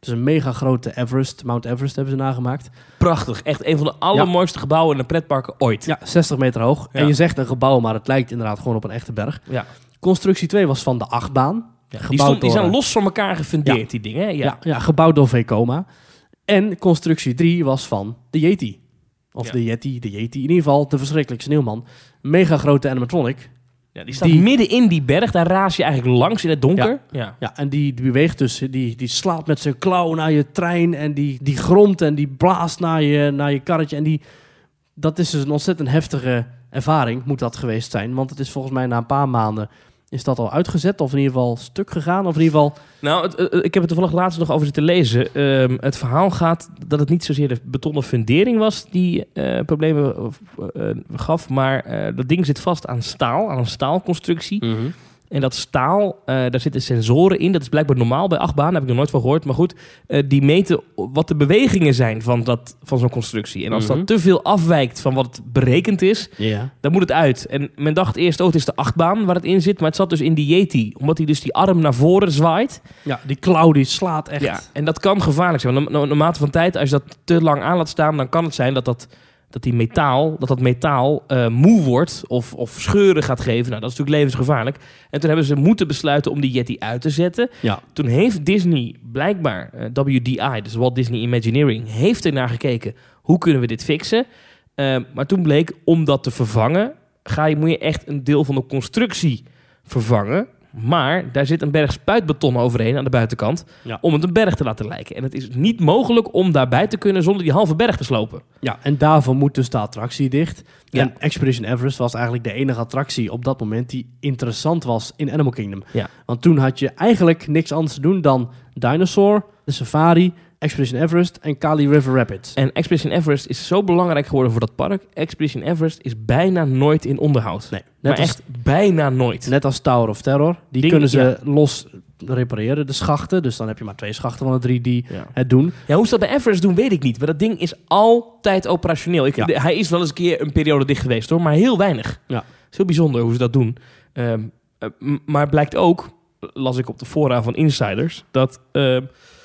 Dus een mega grote Everest, Mount Everest hebben ze nagemaakt. Prachtig. Echt een van de allermooiste ja. gebouwen in een pretparken ooit. Ja, zestig meter hoog. Ja. En je zegt een gebouw, maar het lijkt inderdaad gewoon op een echte berg. Ja. Constructie twee was van de achtbaan. Ja, die, stond, die zijn los van elkaar gefundeerd, ja. die dingen. Ja. Ja, ja, gebouwd door Vekoma. En constructie drie was van de Yeti. Of ja. de Yeti, de Yeti. In ieder geval de verschrikkelijke sneeuwman. Mega grote animatronic. Ja, die staat die, midden in die berg. Daar raas je eigenlijk langs in het donker. Ja, ja. ja en die, die beweegt dus. Die, die slaat met zijn klauw naar je trein. En die, die gromt en die blaast naar je, naar je karretje. En die, dat is dus een ontzettend heftige ervaring. Moet dat geweest zijn. Want het is volgens mij na een paar maanden... Is dat al uitgezet of in ieder geval stuk gegaan? Of in ieder geval... Nou, het, uh, ik heb het toevallig laatst nog over zitten lezen. Uh, het verhaal gaat dat het niet zozeer de betonnen fundering was die uh, problemen uh, gaf. Maar uh, dat ding zit vast aan staal, aan een staalconstructie. Mm-hmm. En dat staal, uh, daar zitten sensoren in. Dat is blijkbaar normaal bij achtbaan. Daar heb ik nog nooit van gehoord. Maar goed, uh, die meten wat de bewegingen zijn van, dat, van zo'n constructie. En als mm-hmm. dat te veel afwijkt van wat berekend is, yeah. dan moet het uit. En men dacht eerst, oh, het is de achtbaan waar het in zit. Maar het zat dus in die Yeti. Omdat hij dus die arm naar voren zwaait. Ja, die klauw die slaat echt. Ja, en dat kan gevaarlijk zijn. Want naarmate van tijd, als je dat te lang aan laat staan, dan kan het zijn dat dat... dat die metaal, dat dat metaal uh, moe wordt of, of scheuren gaat geven. Nou, dat is natuurlijk levensgevaarlijk. En toen hebben ze moeten besluiten om die Yeti uit te zetten. Ja. Toen heeft Disney blijkbaar, uh, W D I, dus Walt Disney Imagineering, heeft er naar gekeken, hoe kunnen we dit fixen? Uh, maar toen bleek, om dat te vervangen, ga je, moet je echt een deel van de constructie vervangen. Maar daar zit een berg spuitbeton overheen aan de buitenkant, ja. om het een berg te laten lijken. En het is niet mogelijk om daarbij te kunnen zonder die halve berg te slopen. Ja, en daarvoor moet dus de attractie dicht. Ja. En Expedition Everest was eigenlijk de enige attractie op dat moment die interessant was in Animal Kingdom. Ja. Want toen had je eigenlijk niks anders te doen dan Dinosaur, de Safari, Expedition Everest en Kali River Rapids. En Expedition Everest is zo belangrijk geworden voor dat park. Expedition Everest is bijna nooit in onderhoud. Nee, maar net als, echt bijna nooit. Net als Tower of Terror. Die Ding, kunnen ze ja. los repareren, de schachten. Dus dan heb je maar twee schachten van de drie die ja. het doen. Ja, hoe ze dat bij Everest doen, weet ik niet. Maar dat ding is altijd operationeel. Ik, Ja. de, hij is wel eens een keer een periode dicht geweest, hoor, maar heel weinig. Ja. Het is heel bijzonder hoe ze dat doen. Um, uh, m- maar het blijkt ook, las ik op de fora van insiders, dat... Uh,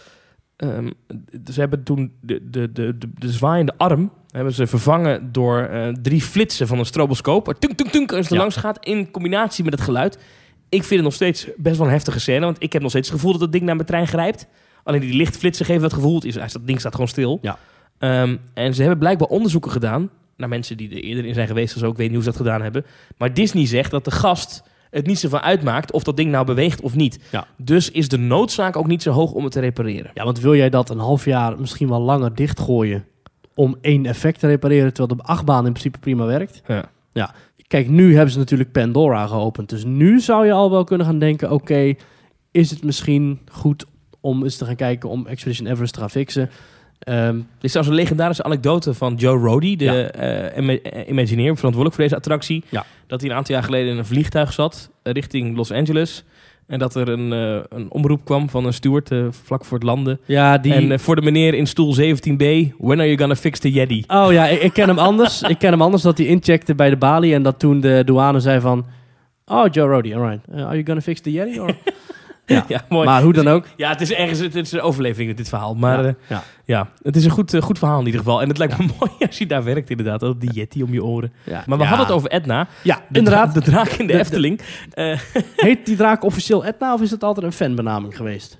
Um, ze hebben toen de, de, de, de, de zwaaiende arm hebben ze vervangen door uh, drie flitsen van een stroboscoop. Waar tunk, tunk, tunk als het Ja. langs gaat in combinatie met het geluid. Ik vind het nog steeds best wel een heftige scène. Want ik heb nog steeds het gevoel dat het ding naar mijn trein grijpt. Alleen die lichtflitsen geven dat gevoel. Het is, dat ding staat gewoon stil. Ja. Um, en ze hebben blijkbaar onderzoeken gedaan naar mensen die er eerder in zijn geweest. Dus ook, ik weet niet hoe ze dat gedaan hebben. Maar Disney zegt dat de gast het niet zoveel uitmaakt of dat ding nou beweegt of niet. Ja. Dus is de noodzaak ook niet zo hoog om het te repareren. Ja, want wil jij dat een half jaar, misschien wel langer dichtgooien om één effect te repareren, terwijl de achtbaan in principe prima werkt? Ja. Ja. Kijk, nu hebben ze natuurlijk Pandora geopend. Dus nu zou je al wel kunnen gaan denken, oké, okay, is het misschien goed om eens te gaan kijken om Expedition Everest te gaan fixen? Um, Dit is zelfs een legendarische anekdote van Joe Rohde, de Ja. uh, ima- Imagineer, verantwoordelijk voor deze attractie. Ja. Dat hij een aantal jaar geleden in een vliegtuig zat, uh, richting Los Angeles. En dat er een, uh, een omroep kwam van een steward uh, vlak voor het landen. ja, die... En uh, voor de meneer in stoel zeventien B, when are you gonna fix the Yeti? Oh ja, ik, ik ken hem anders. ik ken hem anders dat hij incheckte bij de balie en dat toen de douane zei van, oh, Joe Rohde, alright. Uh, are you gonna fix the Yeti? Or... Ja. Ja, mooi. Maar hoe dan ook. Ja, het is ergens het is een overleving, dit verhaal. Maar Ja, uh, ja. ja, het is een goed, uh, goed verhaal in ieder geval. En het lijkt me mooi als je daar werkt inderdaad. Ook die Yeti om je oren. Ja. Maar we Ja. hadden het over Etna. Ja, De inderdaad. dra- de draak in de, De- de- Efteling. Uh, Heet die draak officieel Etna of is het altijd een fanbenaming geweest?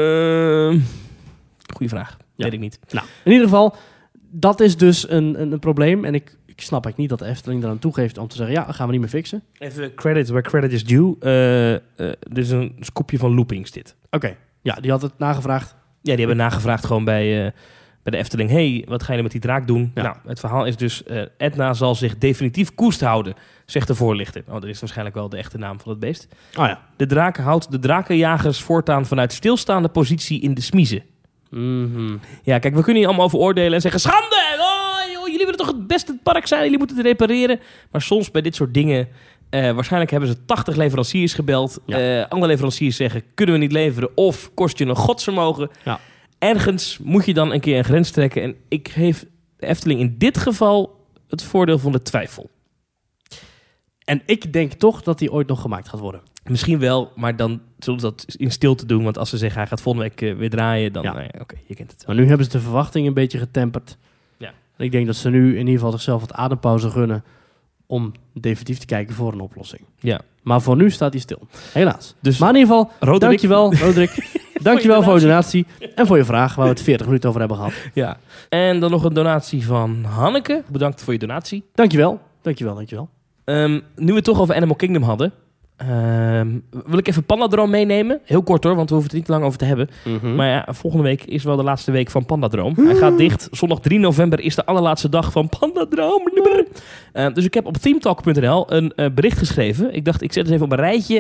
uh, goeie vraag. Ja. Weet ik niet. Nou, in ieder geval, dat is dus een, een, een probleem. En ik, ik snap eigenlijk niet dat de Efteling eraan toegeeft om te zeggen, ja, dat gaan we niet meer fixen. Even credit where credit is due. Uh, uh, dit is een scoopje van Loopings dit. Oké, okay. Ja, die had het nagevraagd. Ja, die hebben nagevraagd gewoon bij, uh, bij de Efteling. Hey, wat ga je met die draak doen? Ja. Nou, het verhaal is dus, uh, Etna zal zich definitief koest houden, zegt de voorlichter. Oh, dat is waarschijnlijk wel de echte naam van het beest. Oh ja. De draak houdt de drakenjagers voortaan vanuit stilstaande positie in de smiezen. Mm-hmm. Ja, kijk, we kunnen hier allemaal over oordelen en zeggen, schande! Oh, joh, jullie willen toch het beste park zijn? Jullie moeten het repareren. Maar soms bij dit soort dingen... Uh, waarschijnlijk hebben ze tachtig leveranciers gebeld. Ja. Uh, andere leveranciers zeggen, kunnen we niet leveren? Of kost je een godsvermogen? Ja. Ergens moet je dan een keer een grens trekken. En ik geef de Efteling in dit geval het voordeel van de twijfel. En ik denk toch dat die ooit nog gemaakt gaat worden. Misschien wel, maar dan zullen ze dat in stilte doen. Want als ze zeggen, hij gaat volgende week uh, weer draaien, dan... Ja. Nou ja, oké, okay, je kent het wel. Maar nu hebben ze de verwachting een beetje getemperd. Ja. Ik denk dat ze nu in ieder geval zichzelf wat adempauze gunnen om definitief te kijken voor een oplossing. Ja. Maar voor nu staat hij stil. Helaas. Dus, maar in ieder geval, Roderick. dankjewel, Roderick. dankjewel voor je donatie en voor je vraag, waar we het veertig minuten over hebben gehad. Ja. En dan nog een donatie van Hanneke. Bedankt voor je donatie. Dankjewel, dankjewel, dankjewel. Um, nu we het toch over Animal Kingdom hadden, um, wil ik even Pandadroom meenemen. Heel kort hoor, want we hoeven het niet te lang over te hebben. Mm-hmm. Maar ja, volgende week is wel de laatste week van Pandadroom. Hij gaat dicht. Zondag drie november is de allerlaatste dag van Pandadroom. Uh, dus ik heb op themetalk punt n l een uh, bericht geschreven. Ik dacht, ik zet eens even op een rijtje.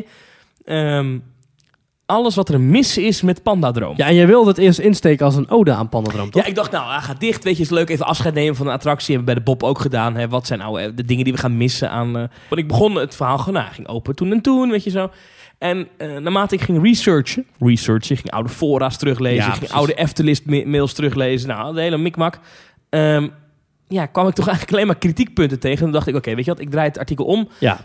Um, alles wat er mis is met Pandadroom. Ja, en jij wilde het eerst insteken als een ode aan Pandadroom, toch? Ja, ik dacht, nou, hij gaat dicht. Weet je, het is leuk even afscheid nemen van de attractie. Hebben we bij de Bob ook gedaan. Hè. Wat zijn nou uh, de dingen die we gaan missen aan... Uh... Want ik begon het verhaal, nou, hij ging open toen en toen, weet je zo. En uh, naarmate ik ging researchen... Researchen, ging oude fora's teruglezen. Ja, ging precies. Oude Eftelist-mails teruglezen. Nou, de hele mikmak. Um, ja, kwam ik toch eigenlijk alleen maar kritiekpunten tegen. En toen dacht ik, oké, okay, weet je wat, ik draai het artikel om. Ja.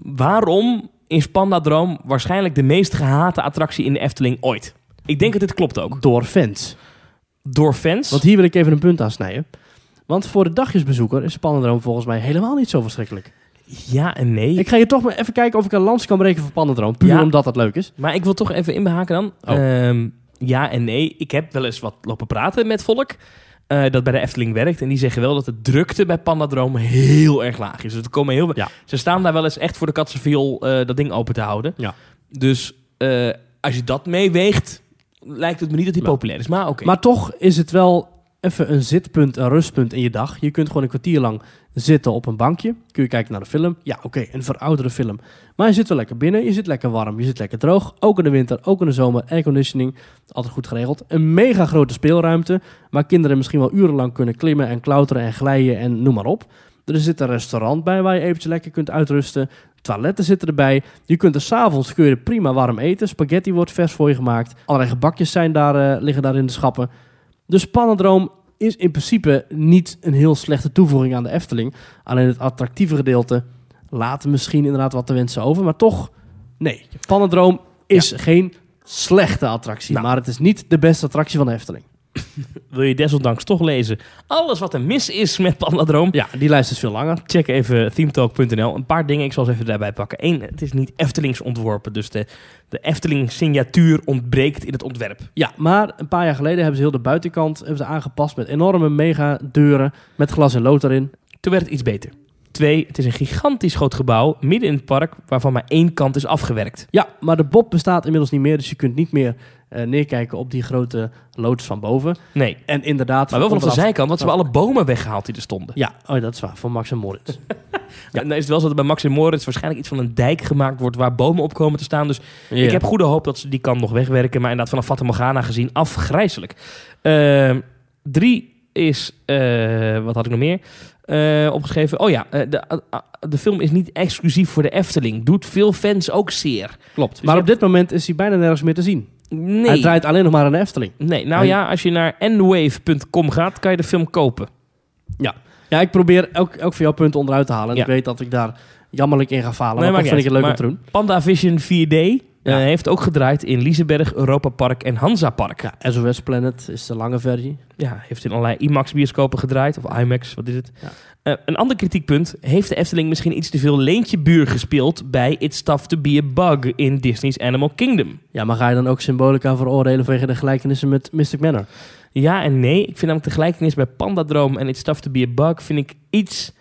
Waarom is Pandadroom waarschijnlijk de meest gehate attractie in de Efteling ooit? Ik denk dat dit klopt ook. Door fans. Door fans? Want hier wil ik even een punt aansnijden. Want voor de dagjesbezoeker is Pandadroom volgens mij helemaal niet zo verschrikkelijk. Ja en nee. Ik ga je toch maar even kijken of ik een lans kan breken voor Pandadroom. Puur ja, omdat dat leuk is. Maar ik wil toch even inbehaken dan. Oh. Um, ja en nee. Ik heb wel eens wat lopen praten met volk... Uh, dat bij de Efteling werkt. En die zeggen wel dat de drukte bij Pandadroom heel erg laag is. Dus er komen heel... ja. Ze staan daar wel eens echt voor de katsenviool uh, dat ding open te houden. Ja. Dus uh, als je dat meeweegt, lijkt het me niet dat die ja. populair is. Maar, okay. maar toch is het wel even een zitpunt, een rustpunt in je dag. Je kunt gewoon een kwartier lang zitten op een bankje. Kun je kijken naar de film. Ja, oké, okay, een verouderde film. Maar je zit wel lekker binnen. Je zit lekker warm. Je zit lekker droog. Ook in de winter, ook in de zomer. Airconditioning, altijd goed geregeld. Een mega grote speelruimte. Waar kinderen misschien wel urenlang kunnen klimmen en klauteren en glijden en noem maar op. Er zit een restaurant bij waar je eventjes lekker kunt uitrusten. Toiletten zitten erbij. Je kunt er 's avonds kun je prima warm eten. Spaghetti wordt vers voor je gemaakt. Allerlei gebakjes zijn daar, uh, liggen daar in de schappen. Dus Pandadroom is in principe niet een heel slechte toevoeging aan de Efteling. Alleen het attractieve gedeelte laat misschien inderdaad wat te wensen over. Maar toch, nee. Pandadroom is ja. geen slechte attractie. Nou. Maar het is niet de beste attractie van de Efteling. Wil je desondanks toch lezen alles wat er mis is met Pandadroom? Ja, die lijst is veel langer. Check even themetalk punt n l. Een paar dingen, ik zal ze even daarbij pakken. Eén, het is niet Eftelings ontworpen. Dus de, de Efteling-signatuur ontbreekt in het ontwerp. Ja, maar een paar jaar geleden hebben ze heel de buitenkant hebben ze aangepast met enorme mega deuren met glas en lood erin. Toen werd het iets beter. Twee, het is een gigantisch groot gebouw midden in het park waarvan maar één kant is afgewerkt. Ja, maar de Bob bestaat inmiddels niet meer, dus je kunt niet meer uh, neerkijken op die grote loods van boven. Nee. En inderdaad... Maar wel vanaf de zijkant, want ze hebben alle bomen weggehaald die er stonden. Ja, oh, dat is waar, voor Max en Moritz. Ja. Dan is het wel zo dat bij Max en Moritz waarschijnlijk iets van een dijk gemaakt wordt waar bomen op komen te staan. Dus ja. ik heb goede hoop dat ze die kant nog wegwerken. Maar inderdaad vanaf Fata Morgana gezien afgrijselijk. Uh, drie is, uh, wat had ik nog meer? Uh, opgeschreven. Oh ja, uh, de, uh, de film is niet exclusief voor de Efteling. Doet veel fans ook zeer. Klopt. Dus maar op hebt... dit moment is hij bijna nergens meer te zien. Nee. Hij draait alleen nog maar aan de Efteling. Nee, nou en... ja, als je naar n wave punt com gaat, kan je de film kopen. Ja, ja ik probeer elk, elk van jouw punten onderuit te halen. En ja. ik weet dat ik daar jammerlijk in ga falen. Nee, maar toch vind ik het leuk om te doen. PandaVision vier D... Ja. Uh, heeft ook gedraaid in Liseberg, Europa Park en Hansa Park. Ja, S O S Planet is de lange versie. Ja, heeft in allerlei IMAX bioscopen gedraaid. Of IMAX, wat is het? Ja. Uh, een ander kritiekpunt. Heeft de Efteling misschien iets te veel leentjebuur gespeeld bij It's Tough to be a Bug in Disney's Animal Kingdom? Ja, maar ga je dan ook symbolica veroordelen vanwege de gelijkenissen met Mystic Manor? Ja en nee. Ik vind namelijk de gelijkenis bij Pandadroom en It's Tough to be a Bug vind ik iets...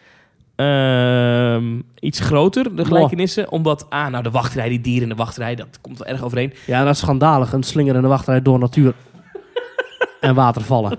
Uh, iets groter, de gelijkenissen. Oh. Omdat, ah, nou, de wachtrij, die dieren in de wachtrij, dat komt wel erg overeen. Ja, dat is schandalig. Een slingerende wachtrij door natuur en watervallen.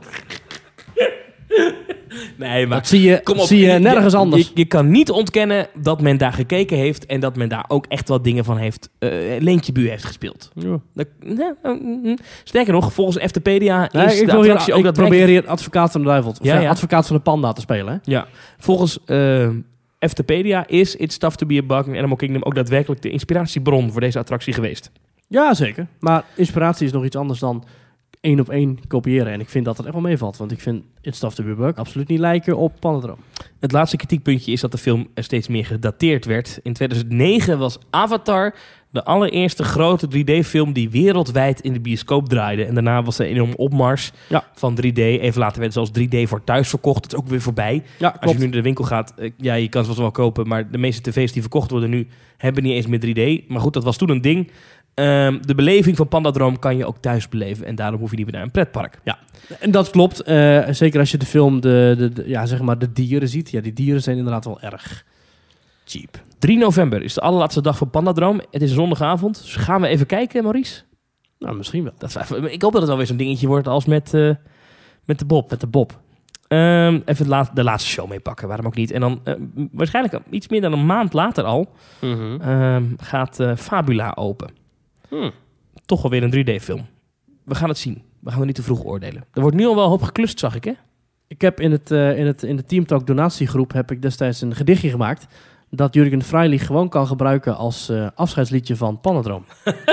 Nee, maar... Dat zie je, kom op, zie je nergens je, anders. Je, je kan niet ontkennen dat men daar gekeken heeft en dat men daar ook echt wel dingen van heeft... Uh, Leentjebuur heeft gespeeld. Ja. Dat, uh, uh, sterker nog, volgens Eftepedia is nee, ik de attractie hier, ook... Ik probeer hier advocaat van de duivel, ja, ja. advocaat van de panda te spelen. Hè? Ja, volgens uh, Eftepedia is It's Tough to be a Bug in Animal Kingdom ook daadwerkelijk de inspiratiebron voor deze attractie geweest. Ja, zeker. Maar inspiratie is nog iets anders dan één op één kopiëren. En ik vind dat het echt wel meevalt. Want ik vind It's Tough to Be Buck absoluut niet lijken op Panadrome. Het laatste kritiekpuntje is dat de film steeds meer gedateerd werd. In tweeduizend negen was Avatar de allereerste grote drie D-film die wereldwijd in de bioscoop draaide. En daarna was er een enorme opmars ja. van drie D. Even later werd het zelfs drie D voor thuis verkocht. Dat is ook weer voorbij. Ja, Als je nu naar de winkel gaat, ja, je kan ze wel kopen. Maar de meeste tv's die verkocht worden nu hebben niet eens meer drie D. Maar goed, dat was toen een ding. Um, de beleving van Panadrome kan je ook thuis beleven. En daarom hoef je niet meer naar een pretpark. Ja, en dat klopt. Uh, zeker als je de film, de, de, de, ja, zeg maar de dieren ziet. Ja, die dieren zijn inderdaad wel erg cheap. drie november is de allerlaatste dag van Panadrome. Het is een zondagavond. Dus gaan we even kijken, Maurice? Nou, misschien wel. Dat is, ik hoop dat het alweer zo'n dingetje wordt als met, uh, met de Bob. Met de Bob. Um, even de, la- de laatste show meepakken, waarom ook niet. En dan uh, waarschijnlijk iets meer dan een maand later al Mm-hmm. um, gaat uh, Fabula open. Hmm. Toch alweer een drie D-film. We gaan het zien. We gaan er niet te vroeg oordelen. Er wordt nu al wel hoop geklust, zag ik, hè? Ik heb in, het, uh, in, het, in de Team Talk donatiegroep heb ik destijds een gedichtje gemaakt dat Jurgen Freilich gewoon kan gebruiken als uh, afscheidsliedje van Panadrome.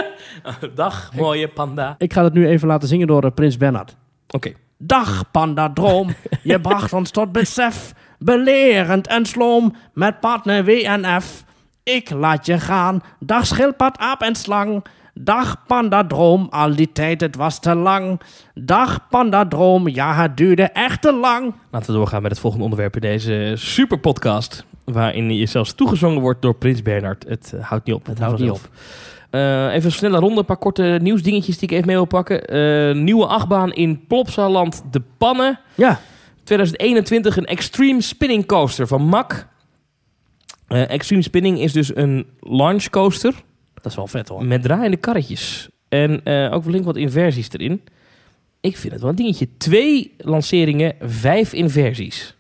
Dag, mooie panda. Ik ga het nu even laten zingen door uh, Prins Bernhard. Oké. Okay. Dag, Panadrome, je bracht ons tot besef, belerend en sloom met partner W N F. Ik laat je gaan, dag schildpad, aap en slang. Dag Panadrome, al die tijd, het was te lang. Dag Panadrome, ja, het duurde echt te lang. Laten we doorgaan met het volgende onderwerp in deze super podcast, waarin je zelfs toegezongen wordt door Prins Bernhard. Het uh, houdt niet op. Het houdt niet op. Uh, even een snelle ronde, een paar korte nieuwsdingetjes die ik even mee wil pakken. Uh, nieuwe achtbaan in Plopsaland, De Pannen. Ja. tweeduizend eenentwintig een Extreme Spinning Coaster van M A C. Uh, Extreme Spinning is dus een launch coaster. Dat is wel vet, hoor. Met draaiende karretjes. En uh, ook flink wat inversies erin. Ik vind het wel een dingetje. Twee lanceringen, vijf inversies.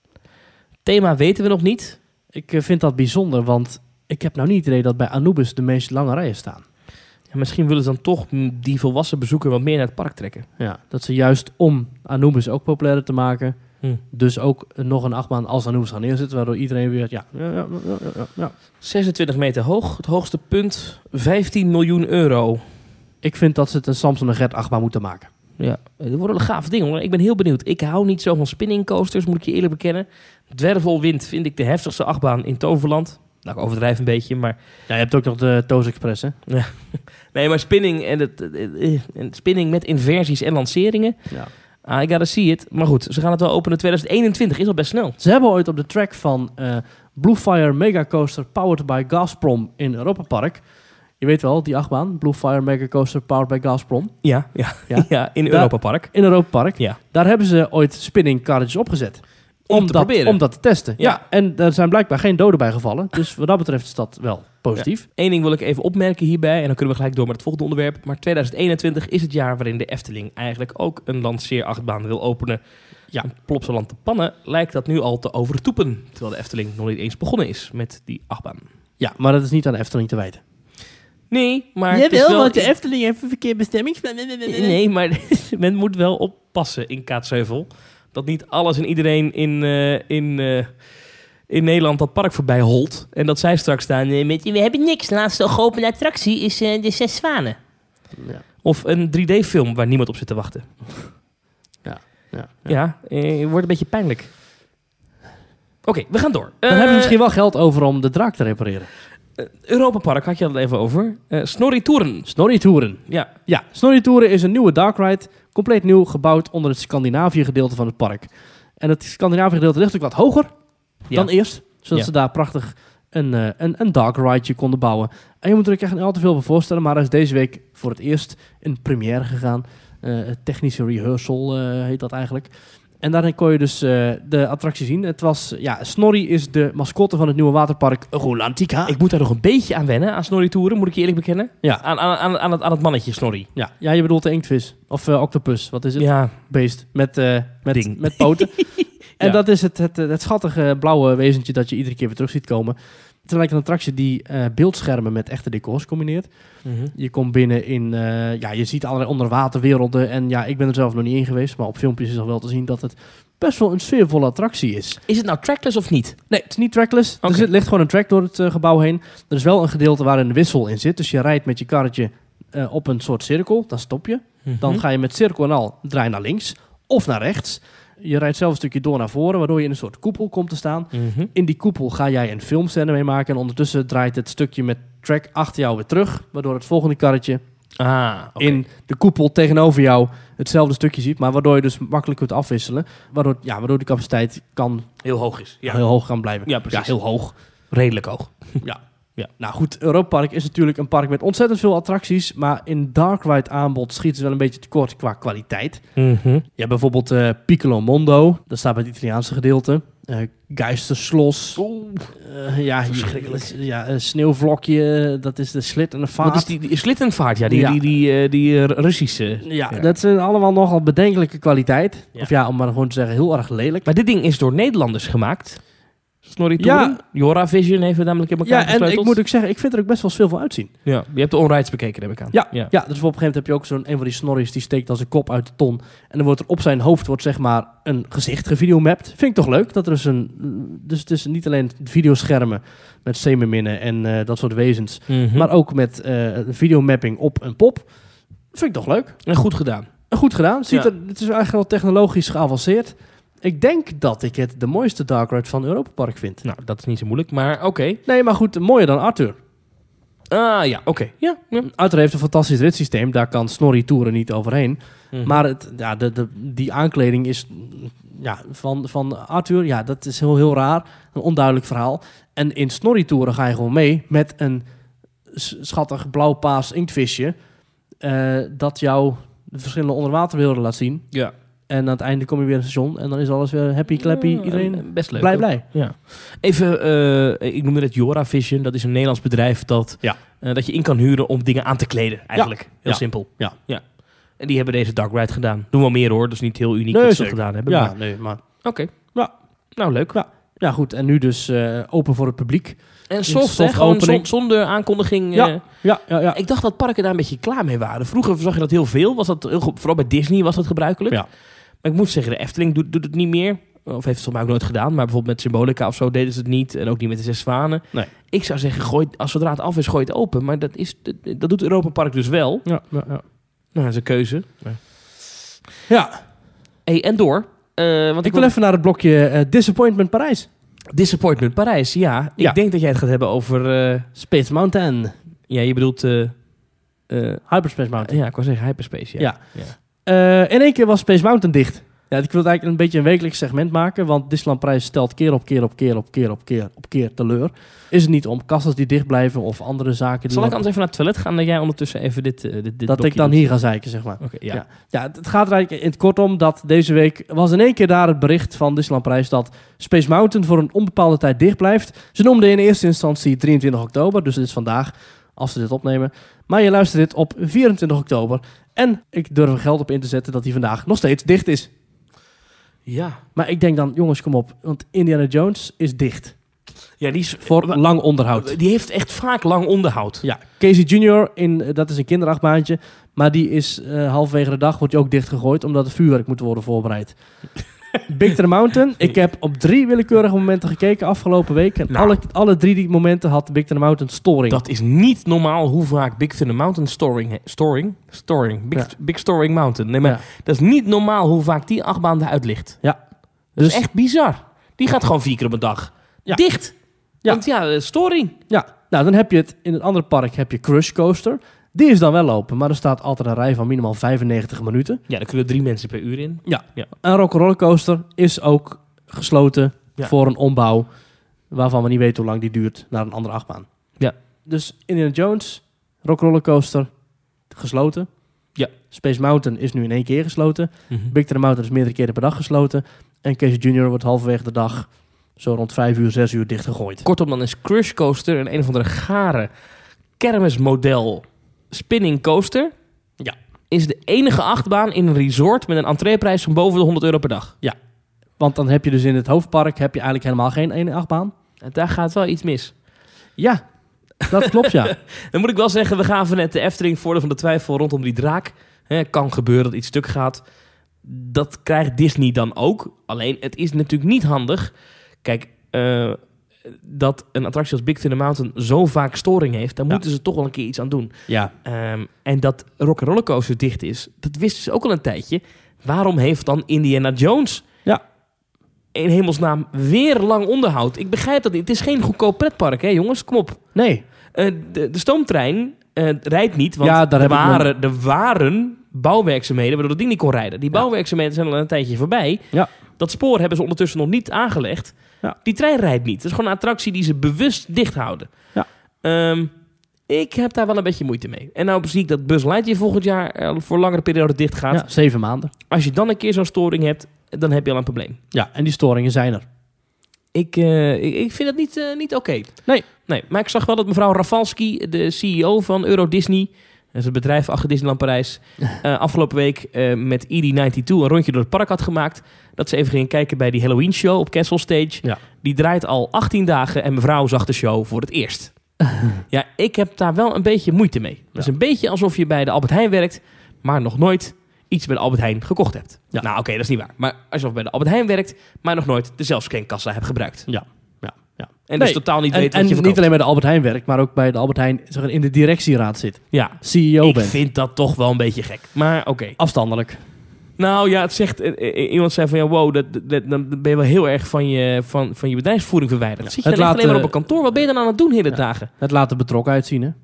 Thema weten we nog niet. Ik uh, vind dat bijzonder, want ik heb nou niet het idee dat bij Anubis de meest lange rijen staan. Ja, misschien willen ze dan toch die volwassen bezoeker wat meer naar het park trekken. Ja, dat ze juist om Anubis ook populairder te maken, hm. dus ook nog een achtbaan als Anubis gaan neerzetten, waardoor iedereen weer, ja, ja, ja, ja, ja, ja. zesentwintig meter hoog, het hoogste punt, vijftien miljoen euro. Ik vind dat ze het een Samson en Gert achtbaan moeten maken. Ja, dat worden wel gave dingen, hoor. Ik ben heel benieuwd. Ik hou niet zo van spinning coasters, moet ik je eerlijk bekennen. Dwervelwind vind ik de heftigste achtbaan in Toverland. Nou, ik overdrijf een beetje, maar... Ja, je hebt ook nog de Toos Express, hè? Ja. Nee, maar spinning, en het, en spinning met inversies en lanceringen. Ja. I gotta see it. Maar goed, ze gaan het wel openen. tweeduizend eenentwintig is al best snel. Ze hebben ooit op de track van uh, Bluefire Mega Coaster powered by Gazprom in Europa Park. Je weet wel, die achtbaan. Bluefire Mega Coaster powered by Gazprom. Ja, ja. ja? ja in Europa Park. In Europa Park. Ja. Daar hebben ze ooit spinning karretjes opgezet. Om, om, te dat, proberen. om dat te testen. Ja. ja, en er zijn blijkbaar geen doden bij gevallen. Dus wat dat betreft is dat wel positief. Ja. Eén ding wil ik even opmerken hierbij. En dan kunnen we gelijk door met het volgende onderwerp. Maar tweeduizend eenentwintig is het jaar waarin de Efteling eigenlijk ook een lanceerachtbaan wil openen. Ja, Plopsaland De Pannen lijkt dat nu al te overtoepen. Terwijl de Efteling nog niet eens begonnen is met die achtbaan. Ja, maar dat is niet aan de Efteling te wijten. Nee, maar... Jawel, wel, want de Efteling heeft een verkeerd bestemmingsplan. Nee, maar men moet wel oppassen in Kaatsheuvel. Dat niet alles en iedereen in, uh, in, uh, in Nederland dat park voorbij holt. En dat zij straks staan uh, met... We hebben niks. De laatste geopende attractie is uh, de Zes Zwanen. Ja. Of een drie D-film waar niemand op zit te wachten. Ja, ja, ja. ja uh, wordt een beetje pijnlijk. Oké, okay, we gaan door. Dan uh, hebben ze misschien wel geld over om de draak te repareren. Uh, Europa Park had je het even over. Uh, Snorri Toeren. Snorri Toeren. Ja. Ja, Snorri Toeren is een nieuwe dark ride. Compleet nieuw, gebouwd onder het Scandinavië gedeelte van het park. En het Scandinavië gedeelte ligt ook wat hoger ja. dan eerst. Zodat ja. ze daar prachtig een, uh, een, een dark rideje konden bouwen. En je moet er echt niet al te veel bij voorstellen. Maar er is deze week voor het eerst een première gegaan. Uh, technische rehearsal uh, heet dat eigenlijk. En daarin kon je dus uh, de attractie zien. Het was, ja, Snorri is de mascotte van het nieuwe waterpark Rolantica. Ik moet daar nog een beetje aan wennen, aan Snorri Toeren, moet ik je eerlijk bekennen. Ja. Aan, aan, aan, aan, het, aan het mannetje Snorri. Ja, ja, je bedoelt de inktvis. Of uh, octopus, wat is het? Ja. Beest, met, uh, met, met poten. En ja. dat is het, het, het schattige blauwe wezentje dat je iedere keer weer terug ziet komen. Het is eigenlijk een attractie die uh, beeldschermen met echte decors combineert. Mm-hmm. Je komt binnen in... Uh, ja, je ziet allerlei onderwaterwerelden. En ja, ik ben er zelf nog niet in geweest. Maar op filmpjes is al wel te zien dat het best wel een sfeervolle attractie is. Is het nou trackless of niet? Nee, het is niet trackless. Okay. Er zit, ligt gewoon een track door het uh, gebouw heen. Er is wel een gedeelte waar een wissel in zit. Dus je rijdt met je karretje uh, op een soort cirkel. Dan stop je. Mm-hmm. Dan ga je met cirkel en al draai naar links of naar rechts. Je rijdt zelf een stukje door naar voren, waardoor je in een soort koepel komt te staan. Mm-hmm. In die koepel ga jij een filmscène mee maken. En ondertussen draait het stukje met track achter jou weer terug. Waardoor het volgende karretje Ah, okay. in de koepel tegenover jou hetzelfde stukje ziet. Maar waardoor je dus makkelijk kunt afwisselen. Waardoor, ja, waardoor de capaciteit kan Heel hoog is. Ja, heel hoog kan blijven. Ja, precies. Ja, heel hoog. Redelijk hoog. Ja. Ja. Nou goed, Europa Park is natuurlijk een park met ontzettend veel attracties. Maar in Dark Ride aanbod schieten ze wel een beetje tekort qua kwaliteit. Mm-hmm. Je hebt bijvoorbeeld uh, Piccolo Mondo. Dat staat bij het Italiaanse gedeelte. Uh, Geisterslos. Oeh, Uh, ja, verschrikkelijk. Ja, een sneeuwvlokje. Dat is de slit en de vaart. Wat is die, die slittenvaart? Ja, die, Ja. die, die, uh, die uh, Russische. Ja, Ja. dat zijn allemaal nogal bedenkelijke kwaliteit. Ja. Of ja, om maar gewoon te zeggen, heel erg lelijk. Maar dit ding is door Nederlanders gemaakt. Snorri Ja. Touring. Jora Vision heeft het namelijk in elkaar Ja, en gesleuteld. ik moet ook zeggen, ik vind er ook best wel veel van uitzien. Ja, je hebt de onrides bekeken, neem ik aan. Ja, ja. ja. dus op een gegeven moment heb je ook zo'n een van die snorries die steekt als een kop uit de ton. En dan wordt er op zijn hoofd wordt zeg maar een gezicht gevideomapt. Vind ik toch leuk dat er dus een. Dus het is niet alleen videoschermen met zeemerminnen en uh, dat soort wezens, Mm-hmm. maar ook met uh, videomapping op een pop. Vind ik toch leuk. En goed gedaan. En goed gedaan. Ziet Ja. er, het is eigenlijk wel technologisch geavanceerd. Ik denk dat ik het de mooiste Dark Ride van Europa Park vind. Nou, dat is niet zo moeilijk, maar oké. Okay. Nee, maar goed, mooier dan Arthur. Ah, ja, oké. Okay. Ja, ja. Arthur heeft een fantastisch ritssysteem. Daar kan Snorri Touren niet overheen. Mm-hmm. Maar het, ja, de, de, die aankleding is ja, van, van Arthur, ja, dat is heel, heel raar. Een onduidelijk verhaal. En in Snorri Touren ga je gewoon mee met een s- schattig blauw-paars inktvisje. Uh, dat jou de verschillende onderwaterwerelden laat zien. Ja. En aan het einde kom je weer in het station. En dan is alles weer happy, clappy. Ja, Iedereen best leuk. blij, ook. blij. Ja. Even, uh, ik noemde het Jora Vision. Dat is een Nederlands bedrijf dat, Ja. uh, dat je in kan huren om dingen aan te kleden. Eigenlijk. Ja. Heel Ja. simpel. Ja. ja. En die hebben deze Dark Ride gedaan. Doen wel meer hoor. Dus niet heel uniek Nee, dat ze dat zeker. gedaan hebben. Ja, maar- nee, maar... Oké. Okay. Ja. Nou, leuk. Ja. Ja, goed. En nu dus uh, open voor het publiek. En soft, soft hè? Gewoon opening. zon- zonder aankondiging. Ja. Uh, Ja, ja, ja. Ik dacht dat parken daar een beetje klaar mee waren. Vroeger zag je dat heel veel. Was dat heel, vooral bij Disney was dat gebruikelijk. Ja. Maar ik moet zeggen, de Efteling doet, doet het niet meer. Of heeft het volgens mij ook nooit gedaan. Maar bijvoorbeeld met Symbolica of zo deden ze het niet. En ook niet met de Zes Zwanen. Nee. Ik zou zeggen, gooi, als zodra het af is, gooi het open. Maar dat, is, dat, dat doet Europa Park dus wel. Ja, ja, ja. Nou, dat is een keuze. Ja. Ja. Hey, en door. Uh, want Ik wil even naar het blokje uh, Disappointment Parijs. Disappointment Parijs, ja. Ik Ja. denk dat jij het gaat hebben over... Uh, Space Mountain. ja, je bedoelt... Uh, uh, Hyperspace Mountain. ja, ik wou zeggen Hyperspace, ja. Ja. ja. Uh, in één keer was Space Mountain dicht. Ja, ik wil eigenlijk een beetje een wekelijks segment maken, want Disneyland Parijs stelt keer op keer op keer op keer op keer op keer teleur. Is het niet om kassas die dicht blijven of andere zaken die... Zal ik nog- anders even naar het toilet gaan, dat jij ondertussen even dit, uh, dit, dit dat blokje ik dan doet? hier ga zeiken, zeg maar. Oké, okay, ja. Ja. Ja, het het gaat er eigenlijk in het kort om dat deze week was in één keer daar het bericht van Disneyland Parijs dat Space Mountain voor een onbepaalde tijd dicht blijft. Ze noemden in eerste instantie drieëntwintig oktober, dus dit is vandaag als ze dit opnemen. Maar je luistert dit op vierentwintig oktober en ik durf er geld op in te zetten dat die vandaag nog steeds dicht is. Ja. Maar ik denk dan, jongens, kom op, want Indiana Jones is dicht. Ja, die is... Voor wa- lang onderhoud. Die heeft echt vaak lang onderhoud. Ja, Casey junior, in, eh, dat is een kinderachtbaantje. Maar die is uh, halverwege de dag wordt die ook dichtgegooid, omdat het vuurwerk moet worden voorbereid. Big Thunder Mountain. Ik heb op drie willekeurige momenten gekeken afgelopen week. En Nou. alle, alle drie die momenten had Big Thunder Mountain storing. Dat is niet normaal hoe vaak Big Thunder Mountain storing... he- Storing? Storing. Big, Ja. Big Storing Mountain. Nee, maar Ja. dat is niet normaal hoe vaak die achtbaan eruit ligt. Ja. Dat Dus- is echt bizar. Die gaat gewoon vier keer op een dag. Ja. Dicht. Ja. Want ja, eh, storing. Ja, nou dan heb je het in het andere park heb je Crush Coaster. Die is dan wel open, maar er staat altijd een rij van minimaal vijfennegentig minuten. Ja, daar kunnen drie mensen per uur in. Een Rock'n'Roller Coaster is ook gesloten Ja. voor een ombouw, waarvan we niet weten hoe lang die duurt, naar een andere achtbaan. Ja. Dus Indiana Jones, Rock'n'Roller Coaster, gesloten. Ja. Space Mountain is nu in één keer gesloten. Mhm. Big Thunder Mountain is meerdere keren per dag gesloten. En Casey junior wordt halverwege de dag zo rond vijf uur, zes uur dichtgegooid. Kortom, dan is Crush Coaster een een of andere gare kermismodel spinning coaster. Ja. Is de enige achtbaan in een resort met een entreeprijs van boven de honderd euro per dag. Want dan heb je dus in het hoofdpark heb je eigenlijk helemaal geen ene achtbaan. En daar gaat wel iets mis. Ja, dat klopt ja. Dan moet ik wel zeggen, we gaven net de Efteling voordeel van de twijfel rondom die draak. Hè, kan gebeuren dat iets stuk gaat. Dat krijgt Disney dan ook. Alleen, het is natuurlijk niet handig. Kijk, uh, dat een attractie als Big Thunder Mountain zo vaak storing heeft, dan Ja. moeten ze toch wel een keer iets aan doen. Ja. Um, en dat Rock'n'Roller Coaster dicht is, dat wisten ze ook al een tijdje. Waarom heeft dan Indiana Jones Ja. in hemelsnaam weer lang onderhoud? Ik begrijp dat niet. Het is geen goedkoop pretpark, hè jongens? Kom op. Nee. Uh, de, de stoomtrein uh, rijdt niet, want Ja, daar er, heb ik waren, er waren bouwwerkzaamheden waardoor dat ding niet kon rijden. Die Ja. bouwwerkzaamheden zijn al een tijdje voorbij. Ja. Dat spoor hebben ze ondertussen nog niet aangelegd. Ja. Die trein rijdt niet. Het is gewoon een attractie die ze bewust dicht houden. Ja. Um, ik heb daar wel een beetje moeite mee. En nou zie ik dat Buzz Lightyear volgend jaar uh, voor langere periode dicht gaat. Ja, zeven maanden. Als je dan een keer zo'n storing hebt, dan heb je al een probleem. Ja, en die storingen zijn er. Ik, uh, ik, ik vind dat niet, uh, niet oké. Okay. Nee. nee. Maar ik zag wel dat mevrouw Rafalski, de C E O van Euro Disney, dat is het bedrijf achter Disneyland Parijs, uh, afgelopen week uh, met E D negenentwintig een rondje door het park had gemaakt. Dat ze even ging kijken bij die Halloween show op Castle Stage. Ja. Die draait al achttien dagen en mevrouw zag de show voor het eerst. Ja, ik heb daar wel een beetje moeite mee. Het is Ja. een beetje alsof je bij de Albert Heijn werkt, maar nog nooit iets bij de Albert Heijn gekocht hebt. Ja. Nou oké, okay, dat is niet waar. Maar alsof je bij de Albert Heijn werkt, maar nog nooit de zelfscankassa hebt gebruikt. Ja. Ja. Ja. En Nee. dus totaal niet En, weet wat en je niet verkoopt. alleen bij de Albert Heijn werkt, maar ook bij de Albert Heijn zeg maar, in de directieraad zit. Ja, C E O ik bent. vind dat toch wel een beetje gek. Maar oké. Okay. Afstandelijk. Nou ja, het zegt, uh, uh, iemand zei van ja, wow, dat, dat, dan ben je wel heel erg van je, van, van je bedrijfsvoering verwijderd. Ja. Zit je Het dan echt laat, alleen maar op uh, een kantoor? Wat ben je dan aan het doen hele ja. dagen? Het laat er betrokken uitzien, hè?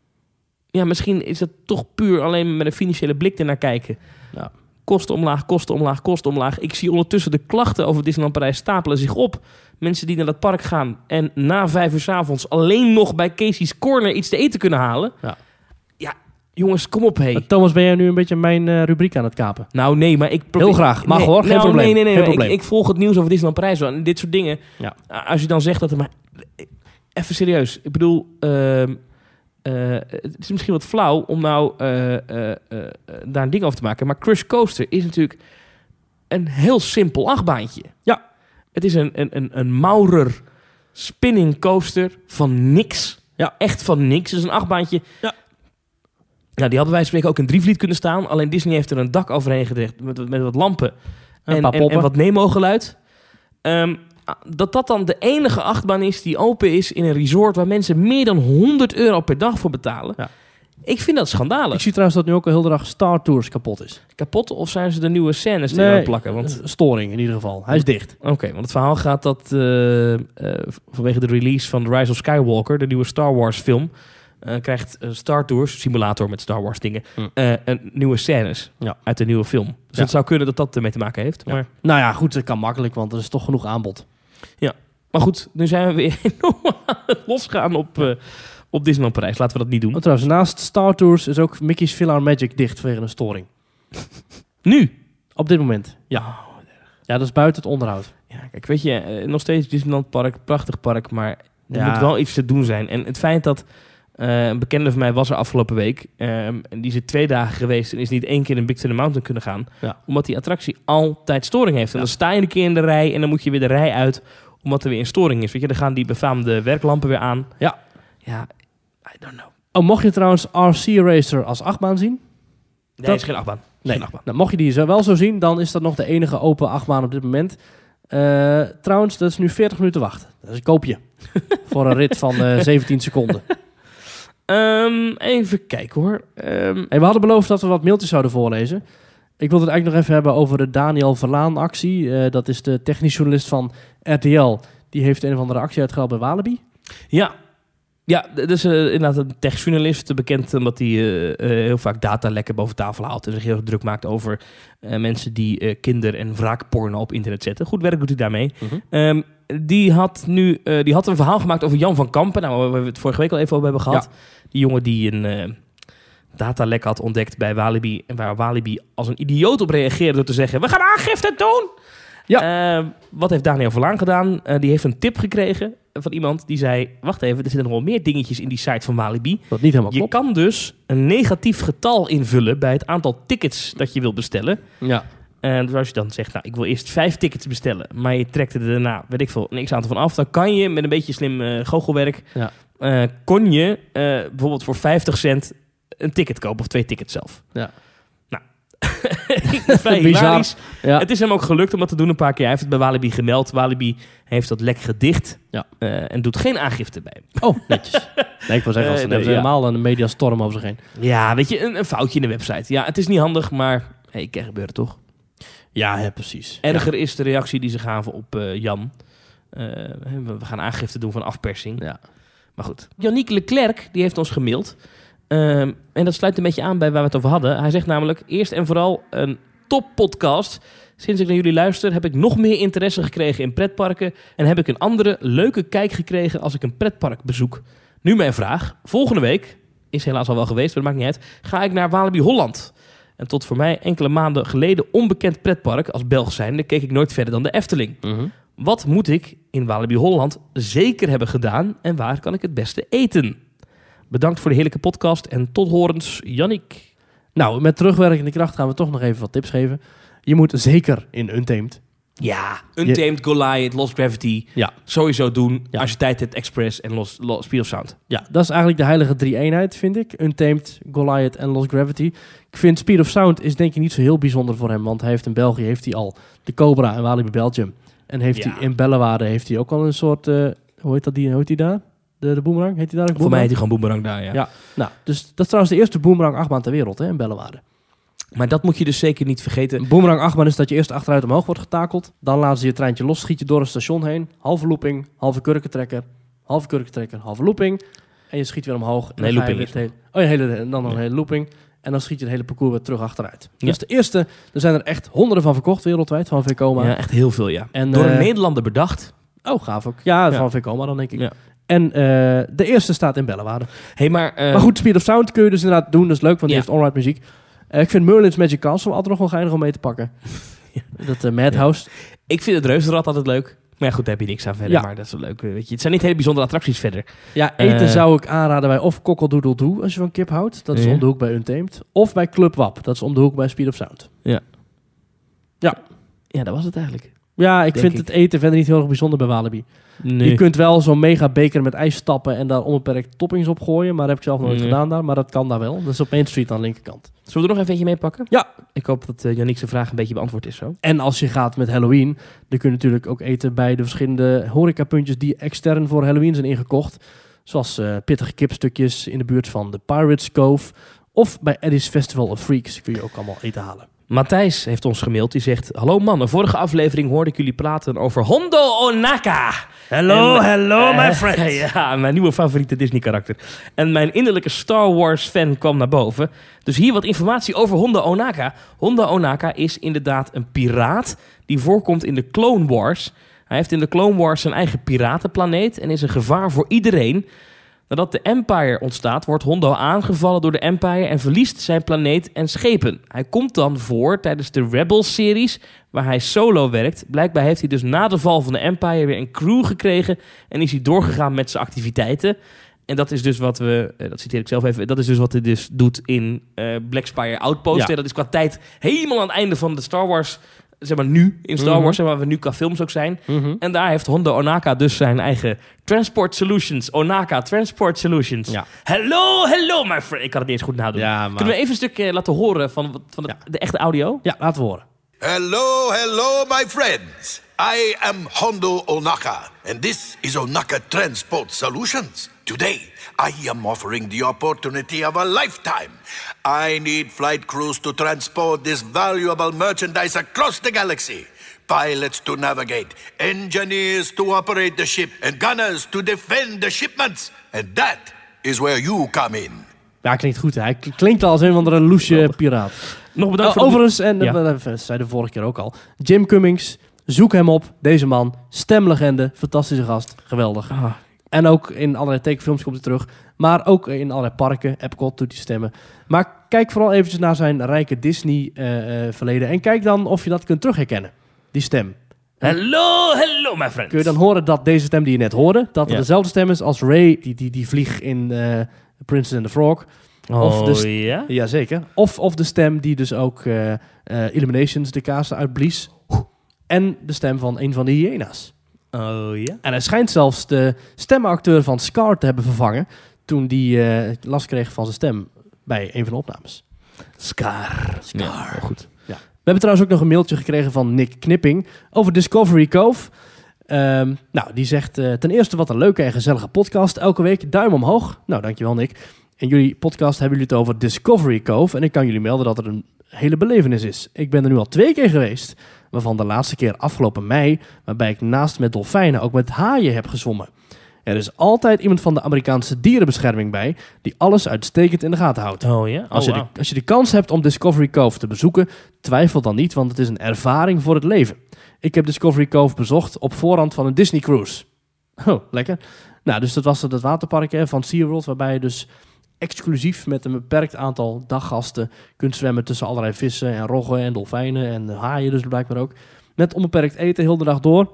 Ja, misschien is het toch puur alleen met een financiële blik ernaar kijken. Ja. Kosten omlaag, kosten omlaag, kosten omlaag. Ik zie ondertussen de klachten over Disneyland Parijs stapelen zich op. Mensen die naar dat park gaan en na vijf uur 's avonds alleen nog bij Casey's Corner iets te eten kunnen halen. Ja. Ja, jongens, kom op, hé. Maar Thomas, ben jij nu een beetje mijn uh, rubriek aan het kapen? Nou, nee, maar ik... Heel graag. Mag nee, hoor, geen nou, probleem. Nee, nee, nee. Geen nee. probleem. Ik, ik volg het nieuws over Disneyland Parijs wel. En dit soort dingen. Ja. Als je dan zegt dat er maar... Even serieus. Ik bedoel... Uh, uh, het is misschien wat flauw om nou uh, uh, uh, uh, daar een ding over te maken. Maar Crush Coaster is natuurlijk een heel simpel achtbaantje. Ja. Het is een, een, een, een Maurer spinning coaster van niks. Ja. Echt van niks. Het is een achtbaantje... Ja. Nou, die hadden wij spreken ook in Drievliet kunnen staan. Alleen Disney heeft er een dak overheen gelegd met, met wat lampen Een en, paar en, poppen. en wat Nemo-geluid. Um, dat dat dan de enige achtbaan is die open is in een resort waar mensen meer dan honderd euro per dag voor betalen. Ja. Ik vind dat schandalig. Ik zie trouwens dat nu ook al heel de dag Star Tours kapot is. Kapot of zijn ze de nieuwe scènes erin aan het plakken? Want... uh, storing in ieder geval. Hij is dicht. Oké, okay, want het verhaal gaat dat uh, uh, vanwege de release van The Rise of Skywalker, de nieuwe Star Wars film, Uh, krijgt uh, Star Tours, simulator met Star Wars dingen, hm. uh, een nieuwe scènes Ja. uit de nieuwe film. Dus Ja. het zou kunnen dat dat ermee te maken heeft. Ja. Maar, Nou ja, goed, het kan makkelijk, want er is toch genoeg aanbod. maar goed, nu zijn we weer enorm aan het losgaan op, uh, op Disneyland Parijs. Laten we dat niet doen. Oh, trouwens, naast Star Tours is ook Mickey's PhilharMagic dicht vanwege een storing. Nu? Op dit moment, ja. Ja, dat is buiten het onderhoud. Ja, kijk, weet je, uh, nog steeds Disneyland Park, prachtig park, maar er Ja. moet wel iets te doen zijn. En het feit dat uh, een bekende van mij was er afgelopen week, um, en die is er twee dagen geweest en is niet één keer in Big Thunder Mountain kunnen gaan, Ja. omdat die attractie altijd storing heeft. En Ja. dan sta je een keer in de rij en dan moet je weer de rij uit, omdat er weer een storing is. Weet je, dan gaan die befaamde werklampen weer aan. Ja. Ja, I don't know. Oh, mocht je trouwens R C Racer als achtbaan zien? Nee, Dat- is geen achtbaan. Is Nee. geen achtbaan. Nou, mocht je die zo wel zo zien, dan is dat nog de enige open achtbaan op dit moment. Uh, trouwens, dat is nu veertig minuten wachten. Dat is een koopje. Voor een rit van uh, zeventien seconden. Um, even kijken hoor. Um, Hey, we hadden beloofd dat we wat mailtjes zouden voorlezen. Ik wilde het eigenlijk nog even hebben over de Daniel Verlaan actie. Uh, dat is de technisch journalist van R T L. Die heeft een of andere actie uitgehaald bij Walibi. Ja, ja, dat is uh, inderdaad een techjournalist, bekend omdat hij uh, uh, heel vaak datalekken boven tafel haalt en zich heel druk maakt over uh, mensen die uh, kinder- en wraakporno op internet zetten. Goed werk doet hij daarmee. Uh-huh. Um, die, had nu, uh, die had een verhaal gemaakt over Jan van Kampen, nou, waar we het vorige week al even over hebben gehad. Ja. Die jongen die een uh, datalek had ontdekt bij Walibi en waar Walibi als een idioot op reageerde door te zeggen, we gaan aangifte doen! Ja. Uh, wat heeft Daniel Verlaan gedaan? Uh, die heeft een tip gekregen van iemand die zei, wacht even, er zitten nog wel meer dingetjes in die site van Walibi. Wat niet helemaal je klopt. kan dus een negatief getal invullen bij het aantal tickets dat je wilt bestellen. Ja. En dus als je dan zegt, nou, ik wil eerst vijf tickets bestellen, maar je trekt er daarna, weet ik veel, een x-aantal van af, dan kan je met een beetje slim uh, goochelwerk, Ja. uh, kon je uh, bijvoorbeeld voor vijftig cent een ticket kopen of twee tickets zelf. Ja. Nou, Vrij hilarisch. Ja. Het is hem ook gelukt om dat te doen een paar keer. Hij heeft het bij Walibi gemeld. Walibi heeft dat lek gedicht. Ja. Uh, en doet geen aangifte bij hem. Oh, netjes. Nee, ik wil zeggen, als Uh, dan nee, hebben ze ja. helemaal een mediastorm over zich heen. Ja, weet je, een, een foutje in de website. Ja, het is niet handig, maar hey, kan gebeuren toch? Ja, hè, precies. Erger Ja. is de reactie die ze gaven op uh, Jan. Uh, we gaan aangifte doen van afpersing. Ja. Maar goed. Yannick Leclerc, die heeft ons gemaild. Um, en dat sluit een beetje aan bij waar we het over hadden. Hij zegt namelijk, eerst en vooral een top podcast. Sinds ik naar jullie luister heb ik nog meer interesse gekregen in pretparken. En heb ik een andere leuke kijk gekregen als ik een pretpark bezoek. Nu mijn vraag. Volgende week, is helaas al wel geweest, maar dat maakt niet uit. Ga ik naar Walibi Holland. En tot voor mij enkele maanden geleden onbekend pretpark als Belg zijnde keek ik nooit verder dan de Efteling. Mm-hmm. Wat moet ik in Walibi Holland zeker hebben gedaan en waar kan ik het beste eten? Bedankt voor de heerlijke podcast en tot horens, Yannick. Nou, met terugwerkende kracht gaan we toch nog even wat tips geven. Je moet zeker in Untamed. Ja, Untamed, Goliath, Lost Gravity. Ja. Sowieso doen Ja. als je tijd hebt, Express en Lost, Lost Speed of Sound. Ja, dat is eigenlijk de heilige drie-eenheid, vind ik. Untamed, Goliath en Lost Gravity. Ik vind Speed of Sound is denk ik niet zo heel bijzonder voor hem. Want hij heeft in België heeft hij al de Cobra en Walibi Belgium. En heeft Ja. hij in Bellewaarde heeft hij ook al een soort... Uh, hoe heet dat die, hoe heet die daar? De, de boomerang? Heet hij daar ook Voor mij heet boomerang? hij gewoon Boomerang daar, ja. Ja. Nou, dus dat is trouwens de eerste boomerang achtbaan ter wereld, hè, in Bellewaarde. Maar dat moet je dus zeker niet vergeten. Een boomerang achtbaan is dat je eerst achteruit omhoog wordt getakeld. Dan laten ze je treintje los, schiet je door een station heen. Halve looping, halve kurkentrekker, halve kurkentrekker, halve looping. En je schiet weer omhoog. En Nee, dan ga je looping weer is het hele, oh, je hele, en dan nog Ja. een hele looping. En dan schiet je het hele parcours weer terug achteruit. Ja. Dus de eerste, er zijn er echt honderden van verkocht wereldwijd, van Vekoma. Ja, echt heel veel, ja. En, Door een eh, Nederlander bedacht. Oh, gaaf ook. Ja, Ja. van Vekoma dan denk ik. Ja. En uh, de eerste staat in Bellewaarde. Hey, maar, uh, maar goed, Speed of Sound kun je dus inderdaad doen. Dat is leuk, want die Ja. heeft onride muziek. Uh, ik vind Merlin's Magic Castle altijd nog wel geinig om mee te pakken. Ja. Dat uh, Madhouse. ik vind het Reuzenrad altijd leuk. Maar ja, goed, daar heb je niks aan verder. Ja. Maar dat is wel leuk. Weet je. Het zijn niet hele bijzondere attracties verder. Ja, eten Uh, zou ik aanraden bij of Cockle Doodle als je van kip houdt. Dat is Ja. om de hoek bij Untamed. Of bij Club Wap. Dat is om de hoek bij Speed of Sound. Ja, dat was het eigenlijk. Ja, ik Denk vind ik. het eten verder niet heel erg bijzonder bij Walibi. Nee. Je kunt wel zo'n mega beker met ijs stappen en daar onbeperkt toppings op gooien. Maar dat heb ik zelf nooit Nee. gedaan daar. Maar dat kan daar wel. Dat is op Main Street aan de linkerkant. Zullen we er nog even eentje mee pakken? Ja. Ik hoop dat uh, Yannick zijn vraag een beetje beantwoord is zo. En als je gaat met Halloween, dan kun je natuurlijk ook eten bij de verschillende horecapuntjes die extern voor Halloween zijn ingekocht. Zoals uh, pittige kipstukjes in de buurt van de Pirates Cove. Of bij Eddie's Festival of Freaks kun je ook allemaal eten halen. Matthijs heeft ons gemaild. Die zegt: hallo mannen, vorige aflevering hoorde ik jullie praten over Hondo Onaka. Hello, En- hello my Eh, friend. Ja, mijn nieuwe favoriete Disney karakter. En mijn innerlijke Star Wars fan kwam naar boven. Dus hier wat informatie over Hondo Onaka. Hondo Onaka is inderdaad een piraat die voorkomt in de Clone Wars. Hij heeft in de Clone Wars zijn eigen piratenplaneet en is een gevaar voor iedereen. Nadat de Empire ontstaat, wordt Hondo aangevallen door de Empire en verliest zijn planeet en schepen. Hij komt dan voor tijdens de Rebels-series, waar hij solo werkt. Blijkbaar heeft hij dus na de val van de Empire weer een crew gekregen en is hij doorgegaan met zijn activiteiten. En dat is dus wat we, eh, dat citeer ik zelf even, dat is dus wat hij dus doet in uh, Black Spire Outpost. Ja. Dat is qua tijd helemaal aan het einde van de Star Wars, zeg maar nu in Star Mhm. Wars, zeg maar, waar we nu qua films ook zijn. Mhm. En daar heeft Hondo Onaka dus zijn eigen Transport Solutions. Onaka Transport Solutions. Ja. Hello, hello my friend. Ik kan het niet eens goed nadoen. Ja, maar... Kunnen we even een stuk eh, laten horen van, wat- van het- Ja. de echte audio? Ja, laten we horen. Hello, hello, my friends. I am Hondo Onaka, and this is Onaka Transport Solutions. Today, I am offering the opportunity of a lifetime. I need flight crews to transport this valuable merchandise across the galaxy. Pilots to navigate, engineers to operate the ship, and gunners to defend the shipments. And that is where you come in. Ja, klinkt goed. Hè? Hij k- klinkt al als een of andere loesje piraat. Nog bedankt Oh, voor de- overigens, en Ja. dat ja. zei de vorige keer ook al. Jim Cummings, zoek hem op. Deze man, stemlegende, fantastische gast, geweldig. Ah, En ook in allerlei tekenfilms komt hij terug. Maar ook in allerlei parken, Epcot doet hij stemmen. Maar kijk vooral eventjes naar zijn rijke Disney-verleden. en kijk dan of je dat kunt terugherkennen, die stem. hello, hello my friend. Kun je dan horen dat deze stem die je net hoorde, dat het Ja. dezelfde stem is als Ray, die, die, die vlieg in uh, Princess and the Frog. Oh, of de st- ja? Jazeker. Of, of de stem die dus ook uh, uh, Illuminations de kaas uitblies. En de stem van een van de hyena's. Oh, ja? En hij schijnt zelfs de stemacteur van Scar te hebben vervangen toen die uh, last kreeg van zijn stem bij een van de opnames. Scar. Scar. Ja, heel goed. Ja. We hebben trouwens ook nog een mailtje gekregen van Nick Knipping over Discovery Cove. Um, nou, die zegt uh, ten eerste wat een leuke en gezellige podcast elke week. Duim omhoog. Nou, dankjewel Nick. In jullie podcast hebben jullie het over Discovery Cove. En ik kan jullie melden dat het een hele belevenis is. Ik ben er nu al twee keer geweest. Waarvan de laatste keer afgelopen mei. Waarbij ik naast met dolfijnen ook met haaien heb gezwommen. Er is altijd iemand van de Amerikaanse dierenbescherming bij. Die alles uitstekend in de gaten houdt. Oh ja? Oh, als, je wow. de, als je de kans hebt om Discovery Cove te bezoeken. Twijfel dan niet, want het is een ervaring voor het leven. Ik heb Discovery Cove bezocht op voorhand van een Disney cruise. Oh, lekker. Nou, dus dat was het waterpark hè, van SeaWorld. Waarbij je dus exclusief met een beperkt aantal daggasten kunt zwemmen tussen allerlei vissen en roggen en dolfijnen en haaien dus blijkbaar ook. Met onbeperkt eten heel de dag door.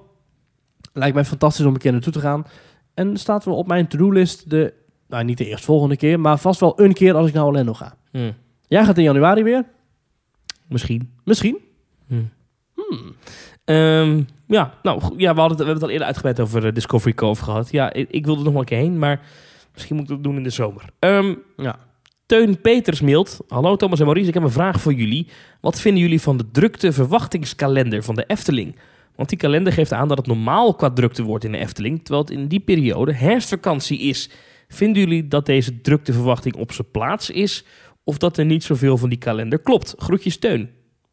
Lijkt mij fantastisch om een keer naartoe te gaan. En staat wel op mijn to-do-list de, nou niet de eerstvolgende keer, maar vast wel een keer als ik naar Orlando ga. Hmm. Jij gaat in januari weer? Misschien. Misschien. Hmm. Hmm. Um, ja, nou, go- ja, we, hadden het, we hebben het al eerder uitgebreid over uh, Discovery Cove gehad. Ja, ik, ik wilde er nog wel een keer heen, maar misschien moet ik dat doen in de zomer. Um, Ja. Teun Peters mailt. Hallo Thomas en Maurice, ik heb een vraag voor jullie. Wat vinden jullie van de drukte verwachtingskalender van de Efteling? Want die kalender geeft aan dat het normaal qua drukte wordt in de Efteling, terwijl het in die periode herfstvakantie is. Vinden jullie dat deze drukteverwachting op zijn plaats is? Of dat er niet zoveel van die kalender klopt? Groetjes Teun.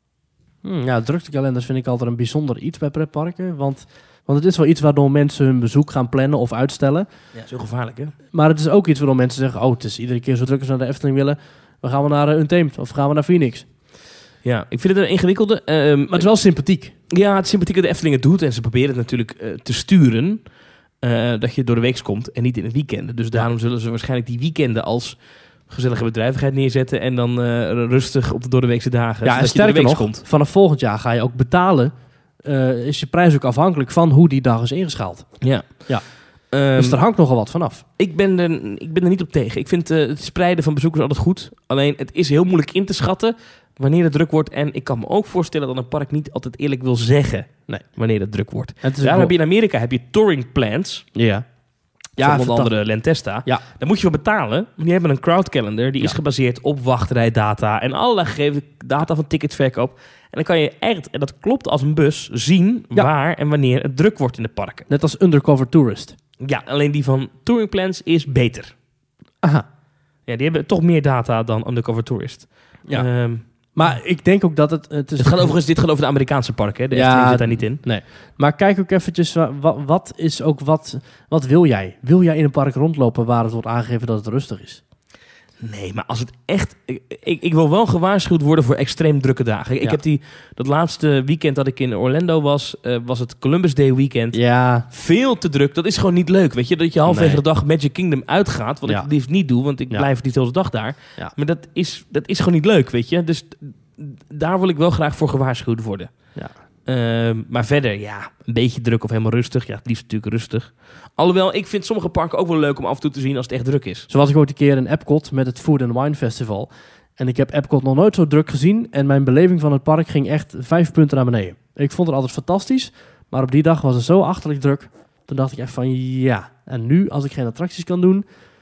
Hmm, ja, druktekalenders vind ik altijd een bijzonder iets bij pretparken. Want, want het is wel iets waardoor mensen hun bezoek gaan plannen of uitstellen. Ja, zo gevaarlijk hè? Maar het is ook iets waardoor mensen zeggen, oh, het is iedere keer zo druk als we naar de Efteling willen. Dan gaan we naar uh, Untamed of gaan we naar Phoenix. Ja, ik vind het een ingewikkelde. Um, Maar het is wel sympathiek. Ja, het is sympathiek dat de Efteling het doet. En ze proberen het natuurlijk uh, te sturen. Uh, dat je door de week komt en niet in het weekend. Dus daarom zullen ze waarschijnlijk die weekenden als gezellige bedrijvigheid neerzetten. En dan uh, rustig op de doordeweekse dagen. Ja, en zodat je door de sterker week nog, komt. vanaf volgend jaar ga je ook betalen. Uh, is je prijs ook afhankelijk van hoe die dag is ingeschaald. Ja. Ja. Um, Dus er hangt nogal wat vanaf. ik, ben er, ik ben er niet op tegen. Ik vind uh, het spreiden van bezoekers altijd goed. Alleen het is heel moeilijk in te schatten wanneer het druk wordt. En ik kan me ook voorstellen dat een park niet altijd eerlijk wil zeggen Nee. wanneer het druk wordt. En het is Daar ook heb je in Amerika heb je touring plans. Ja. Ja, Ja, onder andere Lentesta. Ja. Daar moet je voor betalen. Want die hebben een crowd calendar. Die is Ja. gebaseerd op wachtrijdata en allerlei gegevens, data van ticketsverkoop. En dan kan je echt, en dat klopt als een bus, zien Ja. waar en wanneer het druk wordt in de parken. Net als Undercover Tourist. Ja, alleen die van Touring Plans is beter. Aha. Ja, die hebben toch meer data dan Undercover Tourist. Ja. Ehm, Maar ik denk ook dat het... Het, is het gaat overigens, dit gaat over de Amerikaanse parken. Hè? De Ja, Efteling zit daar niet in. Nee. Maar kijk ook eventjes, wa- wa- wat is ook wat... Wat wil jij? Wil jij in een park rondlopen waar het wordt aangegeven dat het rustig is? Nee, maar als het echt... Ik, ik, ik wil wel gewaarschuwd worden voor extreem drukke dagen. Ik Ja. heb die... Dat laatste weekend dat ik in Orlando was, uh, was het Columbus Day weekend. Ja. Veel te druk. Dat is gewoon niet leuk, weet je. Dat je halverwege Nee. de dag Magic Kingdom uitgaat. Wat Ja. ik het liefst niet doe, want ik Ja. blijf niet de hele dag daar. Ja. Maar dat is, dat is gewoon niet leuk, weet je. Dus daar wil ik wel graag voor gewaarschuwd worden. Ja. Ehm, maar verder, ja, een beetje druk of helemaal rustig. Ja, het liefst natuurlijk rustig. Alhoewel, ik vind sommige parken ook wel leuk om af en toe te zien als het echt druk is. Zo was ik ooit een keer in Epcot met het Food and Wine Festival. En ik heb Epcot nog nooit zo druk gezien. En mijn beleving van het park ging echt vijf punten naar beneden. Ik vond het altijd fantastisch. Maar op die dag was het zo achterlijk druk. Toen dacht ik echt van ja. En nu, als ik geen attracties kan doen,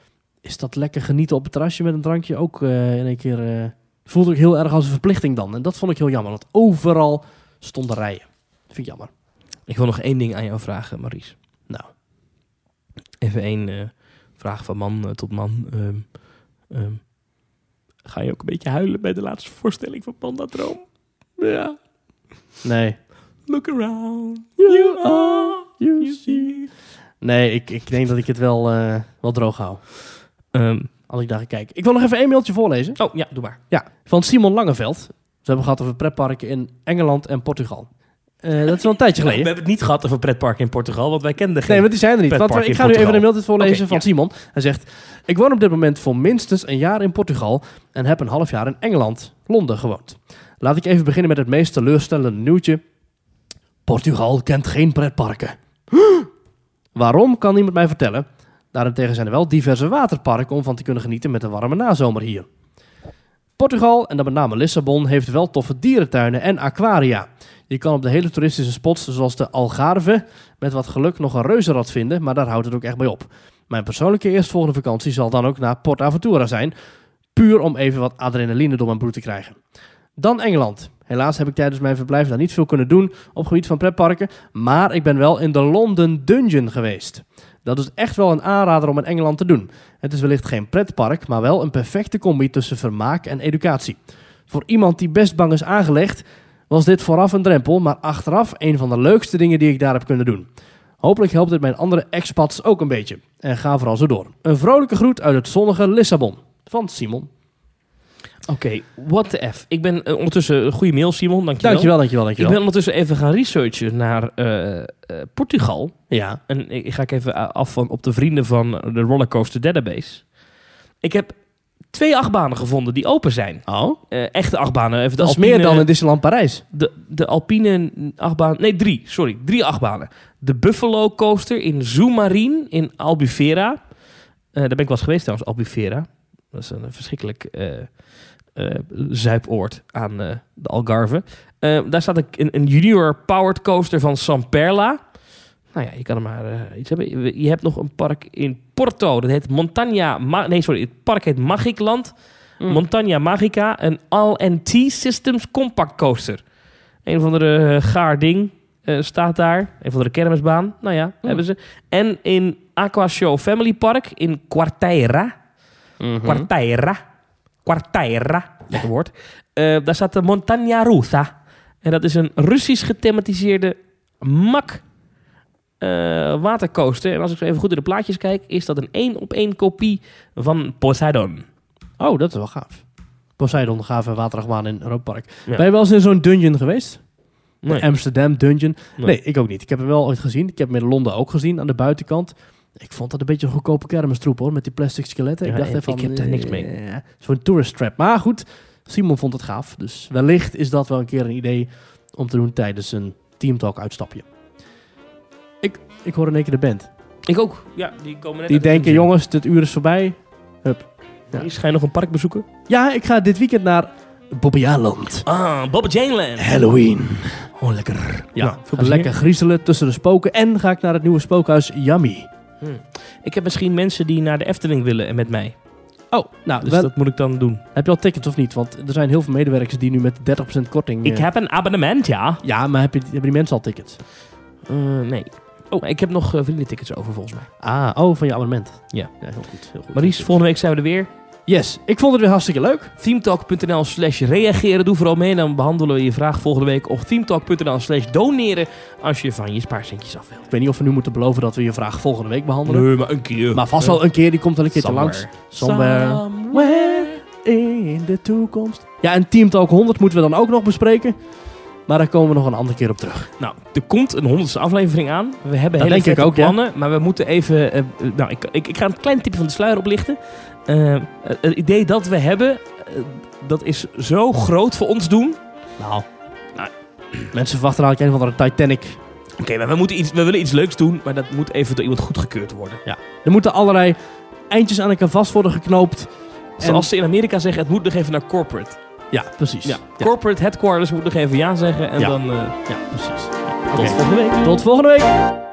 is dat lekker genieten op het terrasje met een drankje ook uh, in één keer... Uh, voelde ik heel erg als een verplichting dan. En dat vond ik heel jammer. Want overal stonden rijen. Dat vind ik jammer. Ik wil nog één ding aan jou vragen, Maurice. Nou. Even één uh, vraag van man uh, tot man. Um, um, ga je ook een beetje huilen bij de laatste voorstelling van Panda Droom? Ja. Nee. Look around. You are, you see. Nee, ik, ik denk dat ik het wel, uh, wel droog hou. Um, Als ik daar ga kijken. Ik wil nog even een mailtje voorlezen. oh, ja, doe maar. Ja, van Simon Langeveld. We hebben gehad over pretparken in Engeland en Portugal. Uh, dat is wel een tijdje Nou, geleden. we hebben het niet gehad over pretparken in Portugal, want wij kenden geen... Nee, want die zijn er niet. Want pretpark ik in ga nu even Portugal. een mailtje voorlezen Oké, van ja. Simon. Hij zegt, ik woon op dit moment voor minstens een jaar in Portugal en heb een half jaar in Engeland, Londen, gewoond. Laat ik even beginnen met het meest teleurstellende nieuwtje. Portugal kent geen pretparken. Waarom, kan niemand mij vertellen. Daarentegen zijn er wel diverse waterparken om van te kunnen genieten met de warme nazomer hier. Portugal, en dan met name Lissabon, heeft wel toffe dierentuinen en aquaria. Je kan op de hele toeristische spots, zoals de Algarve, met wat geluk nog een reuzenrad vinden, maar daar houdt het ook echt bij op. Mijn persoonlijke eerstvolgende vakantie zal dan ook naar Port Aventura zijn. Puur om even wat adrenaline door mijn bloed te krijgen. Dan Engeland. Helaas heb ik tijdens mijn verblijf daar niet veel kunnen doen op het gebied van pretparken. Maar ik ben wel in de London Dungeon geweest. Dat is echt wel een aanrader om in Engeland te doen. Het is wellicht geen pretpark, maar wel een perfecte combi tussen vermaak en educatie. Voor iemand die best bang is aangelegd, was dit vooraf een drempel, maar achteraf een van de leukste dingen die ik daar heb kunnen doen. Hopelijk helpt dit mijn andere expats ook een beetje. En ga vooral zo door. Een vrolijke groet uit het zonnige Lissabon. Van Simon. Oké, okay, what the F. Ik ben uh, ondertussen... Een goede mail, Simon. Dankjewel. Dankjewel, dankjewel, dankjewel. Ik ben ondertussen even gaan researchen naar uh, uh, Portugal. Ja. En ik, ik ga ik even af van, op de vrienden van de Rollercoaster Database. Ik heb twee achtbanen gevonden die open zijn. Oh? Uh, echte achtbanen. Even de dat is Alpine, meer dan in Disneyland Parijs. De, de Alpine achtbaan... Nee, drie. Sorry, drie achtbanen. De Buffalo Coaster in Zoumarine in Albufeira. Uh, daar ben ik wel eens geweest trouwens, Albufeira. Dat is een verschrikkelijk uh, uh, zuipoord aan uh, de Algarve. Uh, daar staat een, een junior powered coaster van Samperla. Nou ja, je kan er maar uh, iets hebben. Je hebt nog een park in Porto. Dat heet Montaña... Ma- nee, sorry. Het park heet Magicland. Mm. Montaña Magica. Een L en T Systems compact coaster. Een of andere uh, gaar ding uh, staat daar. Een of andere kermisbaan. Nou ja, mm. hebben ze. En in Aquashow Family Park in Quarteira... Mm-hmm. Quarteira. Quarteira. Lekker woord. Uh, daar staat de Montaña Rusa. En dat is een Russisch gethematiseerde mak uh, watercoaster. En als ik zo even goed in de plaatjes kijk, is dat een één op één kopie van Poseidon. Oh, dat is wel gaaf. Poseidon, gave waterachtbaan in Europa Park. Ja. Ben je wel eens in zo'n dungeon geweest? Nee. De Amsterdam Dungeon? Nee. nee, ik ook niet. Ik heb hem wel ooit gezien. Ik heb hem in Londen ook gezien, aan de buitenkant. Ik vond dat een beetje een goedkope kermistroep hoor, met die plastic skeletten. Ja, ik dacht even van, ik heb daar niks mee. Eh, zo'n tourist trap. Maar goed, Simon vond het gaaf. Dus wellicht is dat wel een keer een idee om te doen tijdens een teamtalk uitstapje. Ik, ik hoor in één keer de band. Ik ook. Ja, die komen net Die denken, jongens, dit uur is voorbij. Hup. Ja. Ga je nog een park bezoeken? Ja, ik ga dit weekend naar Bobbejaanland. Ah, Bobbejaanland. Halloween. Oh, lekker. Ja, nou, ga lekker griezelen tussen de spoken. En ga ik naar het nieuwe spookhuis Yummy. Hmm. Ik heb misschien mensen die naar de Efteling willen en met mij. Oh, nou, dus wel, dat moet ik dan doen. Heb je al tickets of niet? Want er zijn heel veel medewerkers die nu met dertig procent korting... Ik uh, heb een abonnement, ja. Ja, maar heb je, hebben die mensen al tickets? Uh, nee. Oh, maar ik heb nog uh, vriendentickets over volgens mij. Ah, oh, van je abonnement. Ja. Ja, heel goed. Heel goed. Maries, volgende week zijn we er weer. Yes, ik vond het weer hartstikke leuk. Themetalk.nl slash reageren. Doe vooral mee. Dan behandelen we je vraag volgende week. Of themetalk.nl slash doneren. Als je van je spaarcentjes af wil. Ik weet niet of we nu moeten beloven dat we je vraag volgende week behandelen. Nee, maar een keer. Maar vast wel een keer. Die komt wel een keer Somewhere. te langs. Somewhere. Somewhere in de toekomst. Ja, en Teamtalk honderd moeten we dan ook nog bespreken. Maar daar komen we nog een andere keer op terug. Nou, er komt een honderdste afleveling aan. We hebben dat hele vette ook, plannen. Ja. Maar we moeten even... Uh, nou, ik, ik, ik ga een klein tipje van de sluier oplichten. Uh, het idee dat we hebben... Uh, dat is zo groot voor ons doen. Nou, nou mensen verwachten eigenlijk een van de Titanic. Oké, okay, maar we, moeten iets, we willen iets leuks doen. Maar dat moet even door iemand goedgekeurd worden. Ja. Er moeten allerlei eindjes aan elkaar vast worden geknoopt. Zoals en... ze in Amerika zeggen, het moet nog even naar corporate. Ja, precies. Ja. Ja. Corporate headquarters moet nog even ja zeggen. En ja. dan... Uh... Ja, precies. Okay. Tot volgende week. Tot volgende week.